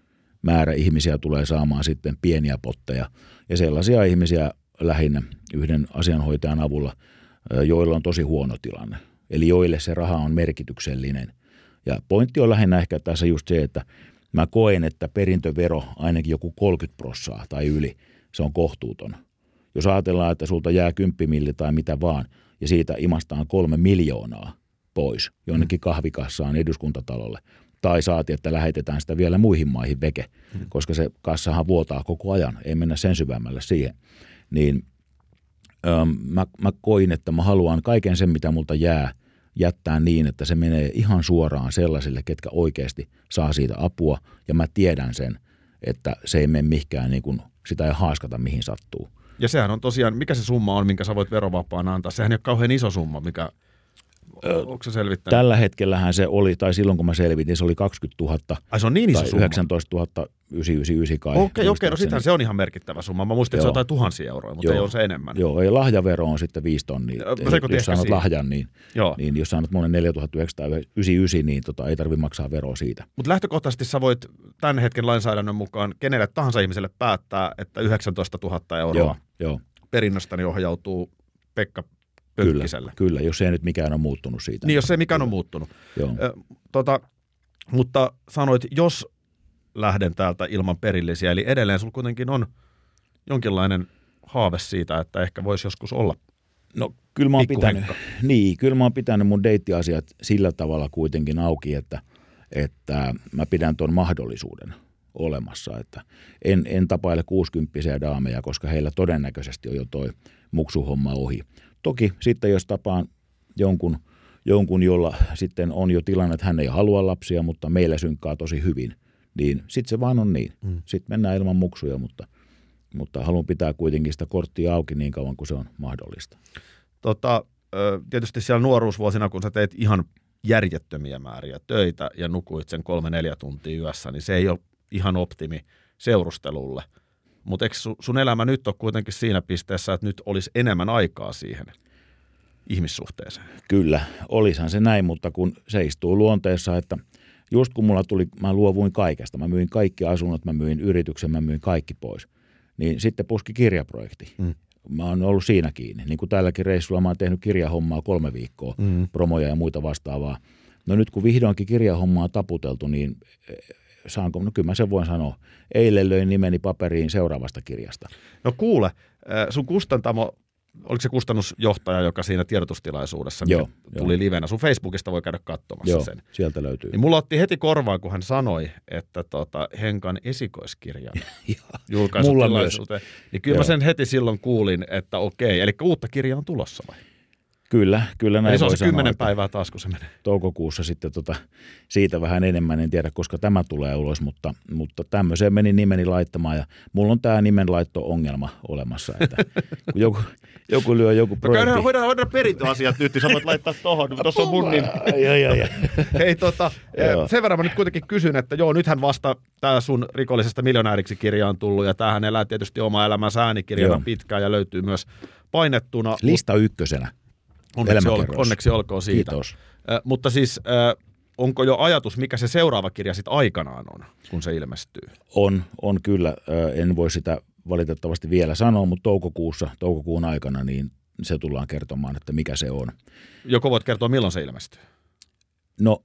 määrä ihmisiä tulee saamaan sitten pieniä potteja. Ja sellaisia ihmisiä lähinnä yhden asianhoitajan avulla, ö, joilla on tosi huono tilanne. Eli joille se raha on merkityksellinen. Ja pointti on lähinnä ehkä tässä just se, että mä koen, että perintövero ainakin joku kolmekymmentä prosenttia tai yli, se on kohtuuton. Jos ajatellaan, että sulta jää kymppimilli tai mitä vaan, ja siitä imastaan kolme miljoonaa pois jonnekin kahvikassaan eduskuntatalolle, tai saati, että lähetetään sitä vielä muihin maihin veke, mm. koska se kassahan vuotaa koko ajan, ei mennä sen syvemmälle siihen, niin ähm, mä, mä koin, että mä haluan kaiken sen, mitä multa jää, jättää niin, että se menee ihan suoraan sellaisille, ketkä oikeasti saa siitä apua, ja mä tiedän sen, että se ei mene mihinkään, niin kuin sitä ei haaskata mihin sattuu. Ja sehän on tosiaan, mikä se summa on, minkä sä voit verovapaana antaa? Sehän ei ole kauhean iso summa, mikä, onko se selvittänyt? Tällä hetkellähän se oli, tai silloin kun mä selvitin, se oli kaksikymmentätuhatta. Ai se on niin iso tai summa? yhdeksäntoistatuhatta yhdeksänsataayhdeksänkymmentäyhdeksän. Okei, okei, no sittenhän se on ihan merkittävä summa. Mä muistin, että joo. se on jotain tuhansia euroa, mutta joo. ei ole se enemmän. Joo, ei lahjavero on sitten viisi tonnia. Jos saanut lahjan, niin, niin jos saanut monen neljätuhatta yhdeksänsataayhdeksänkymmentäyhdeksän, niin tota, ei tarvitse maksaa veroa siitä. Mutta lähtökohtaisesti sä voit tämän hetken lainsäädännön mukaan kenelle tahansa ihmiselle päättää, että yhdeksäntoistatuhatta euroa joo, joo. perinnöstäni ohjautuu Pekka Pönkkiselle. Kyllä, kyllä, jos ei nyt mikään on muuttunut siitä. Niin, jos ei mikään kyllä. on muuttunut. Joo. Ö, tota, mutta sanoit, jos lähden täältä ilman perillisiä, eli edelleen sulla kuitenkin on jonkinlainen haave siitä, että ehkä voisi joskus olla no, kyllä mä oon pitänyt, niin, kyllä mä oon pitänyt mun deittiasiat sillä tavalla kuitenkin auki, että, että mä pidän tuon mahdollisuuden olemassa, että en, en tapaile kuusikymppisiä daameja, koska heillä todennäköisesti on jo toi muksuhomma ohi. Toki sitten jos tapaan jonkun, jonkun, jolla sitten on jo tilanne, että hän ei halua lapsia, mutta meillä synkkaa tosi hyvin, niin sitten se vaan on niin. Mm. Sitten mennään ilman muksuja, mutta, mutta haluan pitää kuitenkin sitä korttia auki niin kauan kuin se on mahdollista. Tota, tietysti siellä nuoruusvuosina, kun sä teit ihan järjettömiä määriä töitä ja nukuit sen kolme neljä tuntia yössä, niin se ei ole ihan optimi seurustelulle. Mutta eikö sun elämä nyt ole kuitenkin siinä pisteessä, että nyt olisi enemmän aikaa siihen ihmissuhteeseen? Kyllä, olisihan se näin, mutta kun se istuu luonteessa, että just kun mulla tuli, mä luovuin kaikesta, mä myin kaikki asunnot, mä myin yrityksen, mä myin kaikki pois, niin sitten puski kirjaprojekti. Mm. Mä oon ollut siinä kiinni. Niin kuin tälläkin reissulla mä oon tehnyt kirjahommaa kolme viikkoa, mm. promoja ja muita vastaavaa. No nyt kun vihdoinkin kirjahommaa on taputeltu, niin saanko, no kyllä mä sen voin sanoa. Eilen löin nimeni paperiin seuraavasta kirjasta. No kuule, sun kustantamo, oliko se kustannusjohtaja, joka siinä tiedotustilaisuudessa joo, tuli jo. livenä? Sun Facebookista voi käydä katsomassa joo, sen. Sieltä löytyy. Niin mulla otti heti korvaan, kun hän sanoi, että tota, Henkan esikoiskirjan julkaisutilaisuuteen. Niin kyllä mä sen heti silloin kuulin, että okei, eli uutta kirjaa on tulossa vai? Kyllä, kyllä näin eli se on voi se sanoa, kymmenen päivää taas, kun se menee. Toukokuussa sitten tota, siitä vähän enemmän, en tiedä koska tämä tulee ulos, mutta, mutta tämmöiseen meni nimeni laittamaan ja mulla on tämä nimenlaitto-ongelma olemassa, että kun joku, joku lyö joku projekti. No hoidaan, hoidaan perintöasiat nyt, niin sä voit laittaa tohon, tuossa on mun nimi. Joo, joo, joo. Hei tota, sen verran mä nyt kuitenkin kysyn, että joo, nythän vasta tää sun rikollisesta miljonääriksi kirja on tullut ja tämähän elää tietysti oma elämänsä äänikirjana pitkään ja löytyy myös painettuna. Lista ykkösenä. Onneksi, ol, onneksi olkoon siitä. Kiitos. Äh, mutta siis äh, onko jo ajatus, mikä se seuraava kirja sitten aikanaan on, kun se ilmestyy? On, on kyllä. Äh, en voi sitä valitettavasti vielä sanoa, mutta toukokuussa, toukokuun aikana niin se tullaan kertomaan, että mikä se on. Joko voit kertoa, milloin se ilmestyy? No,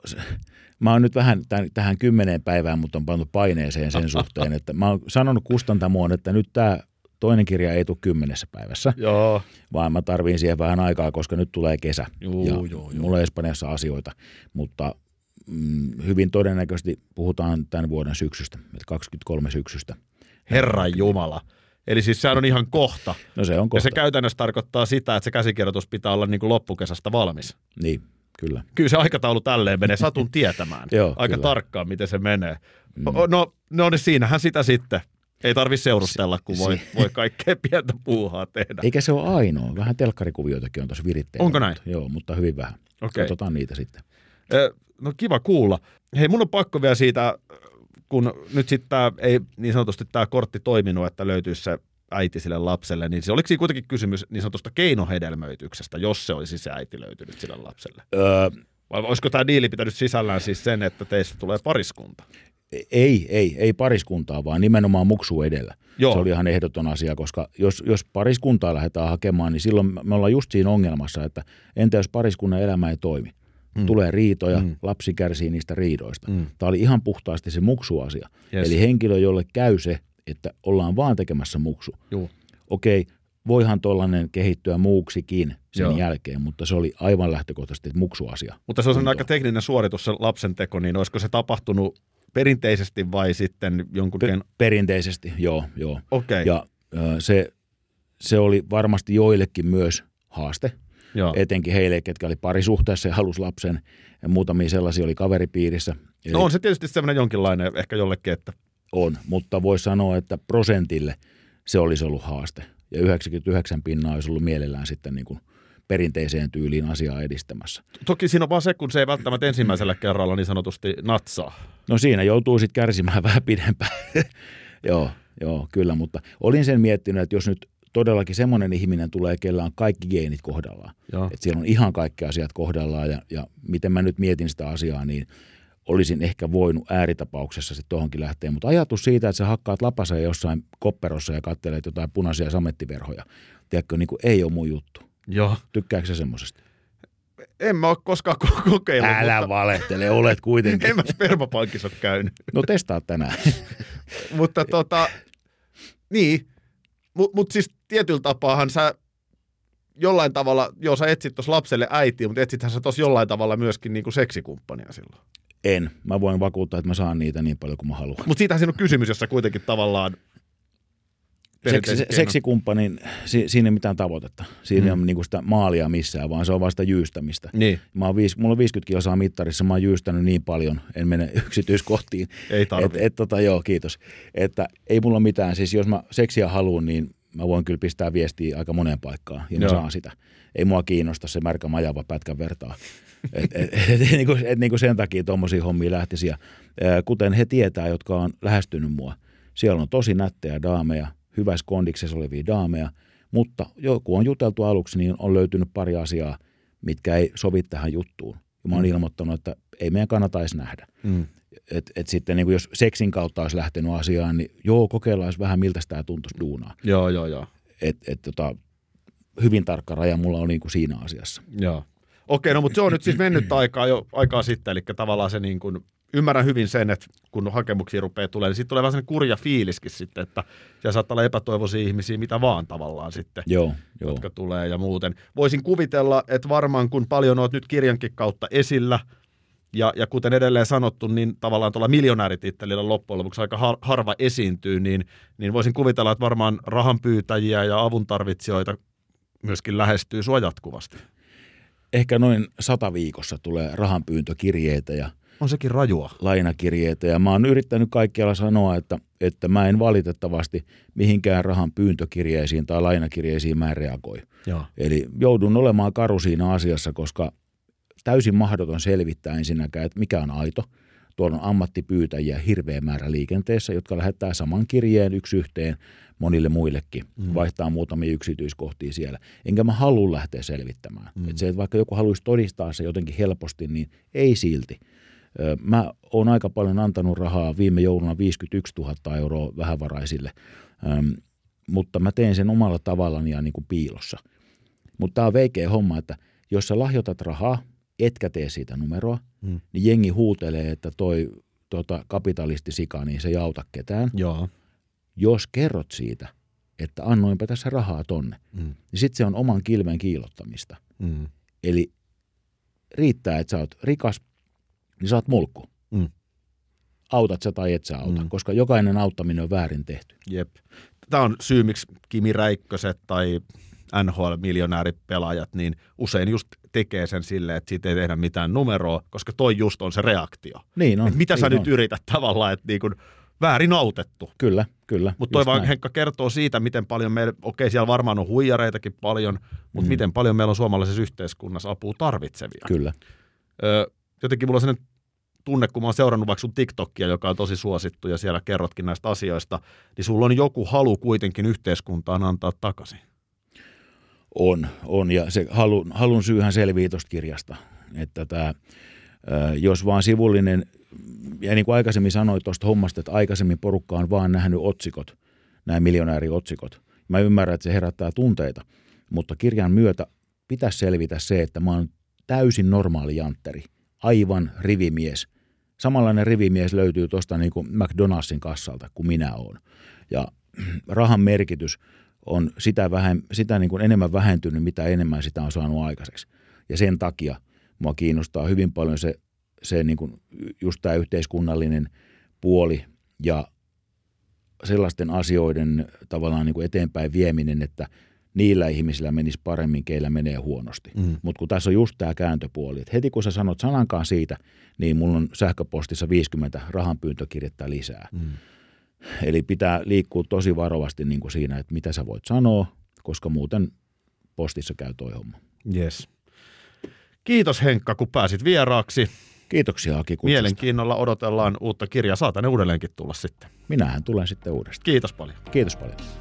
mä oon nyt vähän tämän, tähän kymmeneen päivään, mutta on pantu paineeseen sen suhteen, että mä oon sanonut kustantamoon, että nyt tämä toinen kirja ei tule kymmenessä päivässä, joo. vaan mä tarviin siihen vähän aikaa, koska nyt tulee kesä joo, ja joo, joo. mulla on Espanjassa asioita, mutta mm, hyvin todennäköisesti puhutaan tämän vuoden syksystä, kaksikymmentäkolme syksystä. Herran Jumala. Eli siis sehän on ihan kohta. No se on kohta. Ja se käytännössä tarkoittaa sitä, että se käsikirjoitus pitää olla niin kuin loppukesästä valmis. Niin, kyllä. Kyllä se aikataulu tälleen menee, satun tietämään Joo, aika kyllä. tarkkaan, miten se menee. Mm. No, no niin siinähän sitä sitten. Ei tarvitse seurustella, kun voi, voi kaikkea pientä puuhaa tehdä. Eikä se ole ainoa. Vähän telkkarikuvioitakin on tuossa viritteillä. Onko näin? Joo, mutta hyvin vähän. Okay. Katsotaan niitä sitten. No kiva kuulla. Hei, mun on pakko vielä siitä, kun nyt sitten tämä ei niin sanotusti tämä kortti toiminut, että löytyisi se äiti sille lapselle, niin se oliko siinä kuitenkin kysymys niin sanotusta keinohedelmöityksestä, jos se olisi se äiti löytynyt sille lapselle? Öö, Vai olisiko tämä diili pitänyt sisällään siis sen, että teistä tulee pariskunta? Ei, ei, ei pariskuntaa, vaan nimenomaan muksu edellä. Joo. Se oli ihan ehdoton asia, koska jos, jos pariskuntaa lähdetään hakemaan, niin silloin me ollaan just siinä ongelmassa, että entä jos pariskunnan elämä ei toimi? Mm. Tulee riitoja, mm. lapsi kärsii niistä riidoista. Mm. Tämä oli ihan puhtaasti se muksuasia. Yes. Eli henkilö, jolle käy se, että ollaan vaan tekemässä muksu. Joo. Okei, voihan tollainen kehittyä muuksikin sen Joo. jälkeen, mutta se oli aivan lähtökohtaisesti muksuasia. Mutta se on kuntoon. Aika tekninen suoritus se lapsen teko, niin olisiko se tapahtunut perinteisesti vai sitten jonkun... Per- perinteisesti, joo. joo. Okay. Ja äh, se, se oli varmasti joillekin myös haaste, joo. etenkin heille, ketkä oli parisuhteessa ja halusi lapsen, ja muutamia sellaisia oli kaveripiirissä. Eli no on se tietysti sellainen jonkinlainen ehkä jollekin, että... On, mutta voisi sanoa, että prosentille se olisi ollut haaste, ja yhdeksänkymmentäyhdeksän pinnaa olisi ollut mielellään sitten niin kuin perinteiseen tyyliin asiaa edistämässä. Toki siinä on vaan se, kun se ei välttämättä ensimmäisellä kerralla niin sanotusti natsaa. No siinä joutuu sitten kärsimään vähän pidempään. joo, joo, kyllä, mutta olin sen miettinyt, että jos nyt todellakin semmoinen ihminen tulee, kellä on kaikki geenit kohdallaan, joo. että siellä on ihan kaikki asiat kohdallaan, ja, ja miten mä nyt mietin sitä asiaa, niin olisin ehkä voinut ääritapauksessa sitten tuohonkin lähteä, mutta ajatus siitä, että sä hakkaat lapaseen jossain kopperossa ja katselet jotain punaisia samettiverhoja, tiedätkö, niin kuin ei ole mun juttu. Joo. Tykkääkö sä semmoisesta? En mä ole koskaan kokeillut. Älä mutta... valehtele, olet kuitenkin. En mä spermapankissa ole käynyt. No testaa tänään. Mutta tota, niin, mutta mut siis tietyllä tapaahan sä jollain tavalla, joo sä etsit tuossa lapselle äitiä, mutta etsithän sä tuossa jollain tavalla myöskin niinku seksikumppania silloin. En. Mä voin vakuuttaa, että mä saan niitä niin paljon kuin mä haluan. Mutta siitähän siinä on kysymys, jossa kuitenkin tavallaan... Seksi, se, seksikumppanin, si, siinä ei mitään tavoitetta. Siinä mm. ei ole niinku sitä maalia missään, vaan se on vasta jyystämistä. Niin. Mä oon viis, mulla on viisikymmentä kilsaa mittarissa, mä oon jyystänyt niin paljon, en mene yksityiskohtiin. Ei tarvitse. Et, et, tota, joo, kiitos. Että ei mulla ole mitään. Siis jos mä seksiä haluan, niin mä voin kyllä pistää viestiä aika moneen paikkaan ja mä joo. saan sitä. Ei mua kiinnosta se märkä majava pätkän vertaa. et, et, et, et, niinku, et, niinku sen takia tommosia hommia lähtisi. Ja, kuten he tietää, jotka on lähestynyt mua, siellä on tosi nättejä daameja, hyvässä kondiksessa olevia daameja, mutta joku on juteltu aluksi, niin on löytynyt pari asiaa, mitkä ei sovi tähän juttuun. Ja mä oon mm. ilmoittanut, että ei meidän kannata edes nähdä. Mm. Et, et sitten niin jos seksin kautta olisi lähtenyt asiaan, niin joo, kokeillaan vähän, miltä sitä tuntuisi duunaa. Joo, joo, joo. Et, et, tota, hyvin tarkka raja mulla on niin kuin siinä asiassa. Joo. Okei, no mutta se on nyt siis mennyt aikaa jo aikaa sitten, eli tavallaan se niin kuin ymmärrän hyvin sen, että kun hakemuksia rupeaa tulemaan, niin sitten tulee vähän sellainen kurja fiiliskin sitten, että siellä saattaa olla epätoivoisia ihmisiä, mitä vaan tavallaan sitten, joo, joo. jotka tulee ja muuten. Voisin kuvitella, että varmaan kun paljon olet nyt kirjankin kautta esillä, ja, ja kuten edelleen sanottu, niin tavallaan tuolla miljonääritittelillä loppujen lopuksi aika har, harva esiintyy, niin, niin voisin kuvitella, että varmaan rahanpyytäjiä ja avuntarvitsijoita myöskin lähestyy sua jatkuvasti. Ehkä noin sata viikossa tulee rahanpyyntökirjeitä ja on sekin rajua. Lainakirjeitä, ja mä oon yrittänyt kaikkialla sanoa, että, että mä en valitettavasti mihinkään rahan pyyntökirjeisiin tai lainakirjeisiin mä en reagoi. Joo. Eli joudun olemaan karu siinä asiassa, koska täysin mahdoton selvittää ensinnäkään, että mikä on aito. Tuolla on ammattipyytäjiä hirveä määrä liikenteessä, jotka lähettää saman kirjeen yksi yhteen monille muillekin, mm. vaihtaa muutamia yksityiskohtia siellä. Enkä mä halua lähteä selvittämään. Mm. Että se, että vaikka joku haluaisi todistaa se jotenkin helposti, niin ei silti. Mä oon aika paljon antanut rahaa viime jouluna viisikymmentäyksituhatta euroa vähävaraisille, ähm, mutta mä teen sen omalla tavallani ja niin kuin piilossa. Mutta tää on veikeä homma, että jos sä lahjoitat rahaa, etkä tee siitä numeroa, hmm. niin jengi huutelee, että toi tota, kapitalistisika, niin se ei auta ketään. Joo. Jos kerrot siitä, että annoinpä tässä rahaa tonne, hmm. niin sit se on oman kilven kiilottamista. Hmm. Eli riittää, että sä oot rikas, niin sä oot mulkku. Mm. Autat sä tai et sä auta, mm. koska jokainen auttaminen on väärin tehty. Jep. Tämä on syy, miksi Kimi Räikköset tai N H L-miljonääripelaajat niin usein just tekee sen silleen, että siitä ei tehdä mitään numeroa, koska toi just on se reaktio. Niin on. Et mitä niin sä on. nyt yrität tavallaan, että niin kun väärin autettu. Kyllä, kyllä. Mutta toi vaan Henkka kertoo siitä, miten paljon meillä, okei siellä varmaan on huijareitakin paljon, mutta mm. miten paljon meillä on suomalaisessa yhteiskunnassa apua tarvitsevia. Kyllä. Öö, jotenkin mulla on sellainen tunne, kun mä oon seurannut vaikka sun TikTokia, joka on tosi suosittu ja siellä kerrotkin näistä asioista, niin sulla on joku halu kuitenkin yhteiskuntaan antaa takaisin. On, on ja se halun, halun syyhän selvii tuosta kirjasta, että tää, jos vaan sivullinen, ja niin kuin aikaisemmin sanoit tuosta hommasta, että aikaisemmin porukka on vaan nähnyt otsikot, nämä miljonääriotsikot. Mä ymmärrän, että se herättää tunteita, mutta kirjan myötä pitäisi selvitä se, että mä oon täysin normaali jantteri, aivan rivimies. Samanlainen rivimies löytyy tuosta niin kuin McDonaldsin kassalta kuin minä olen. Ja rahan merkitys on sitä, vähän, sitä niin kuin enemmän vähentynyt, mitä enemmän sitä on saanut aikaiseksi. Ja sen takia mua kiinnostaa hyvin paljon se, se niin kuin just tämä yhteiskunnallinen puoli ja sellaisten asioiden tavallaan niin kuin eteenpäin vieminen, että niillä ihmisillä menisi paremmin, keillä menee huonosti. Mm. Mutta kun tässä on just tämä kääntöpuoli, että heti kun sä sanot sanankaan siitä, niin mulla on sähköpostissa viisikymmentä rahanpyyntökirjettä lisää. Mm. Eli pitää liikkua tosi varovasti niin kuin siinä, että mitä sä voit sanoa, koska muuten postissa käy toi homma. Yes. Kiitos Henkka, kun pääsit vieraaksi. Kiitoksia Aki kutsusta. Mielenkiinnolla odotellaan uutta kirjaa. Saa tänne uudelleenkin tulla sitten. Minähän tulen sitten uudestaan. Kiitos paljon. Kiitos paljon.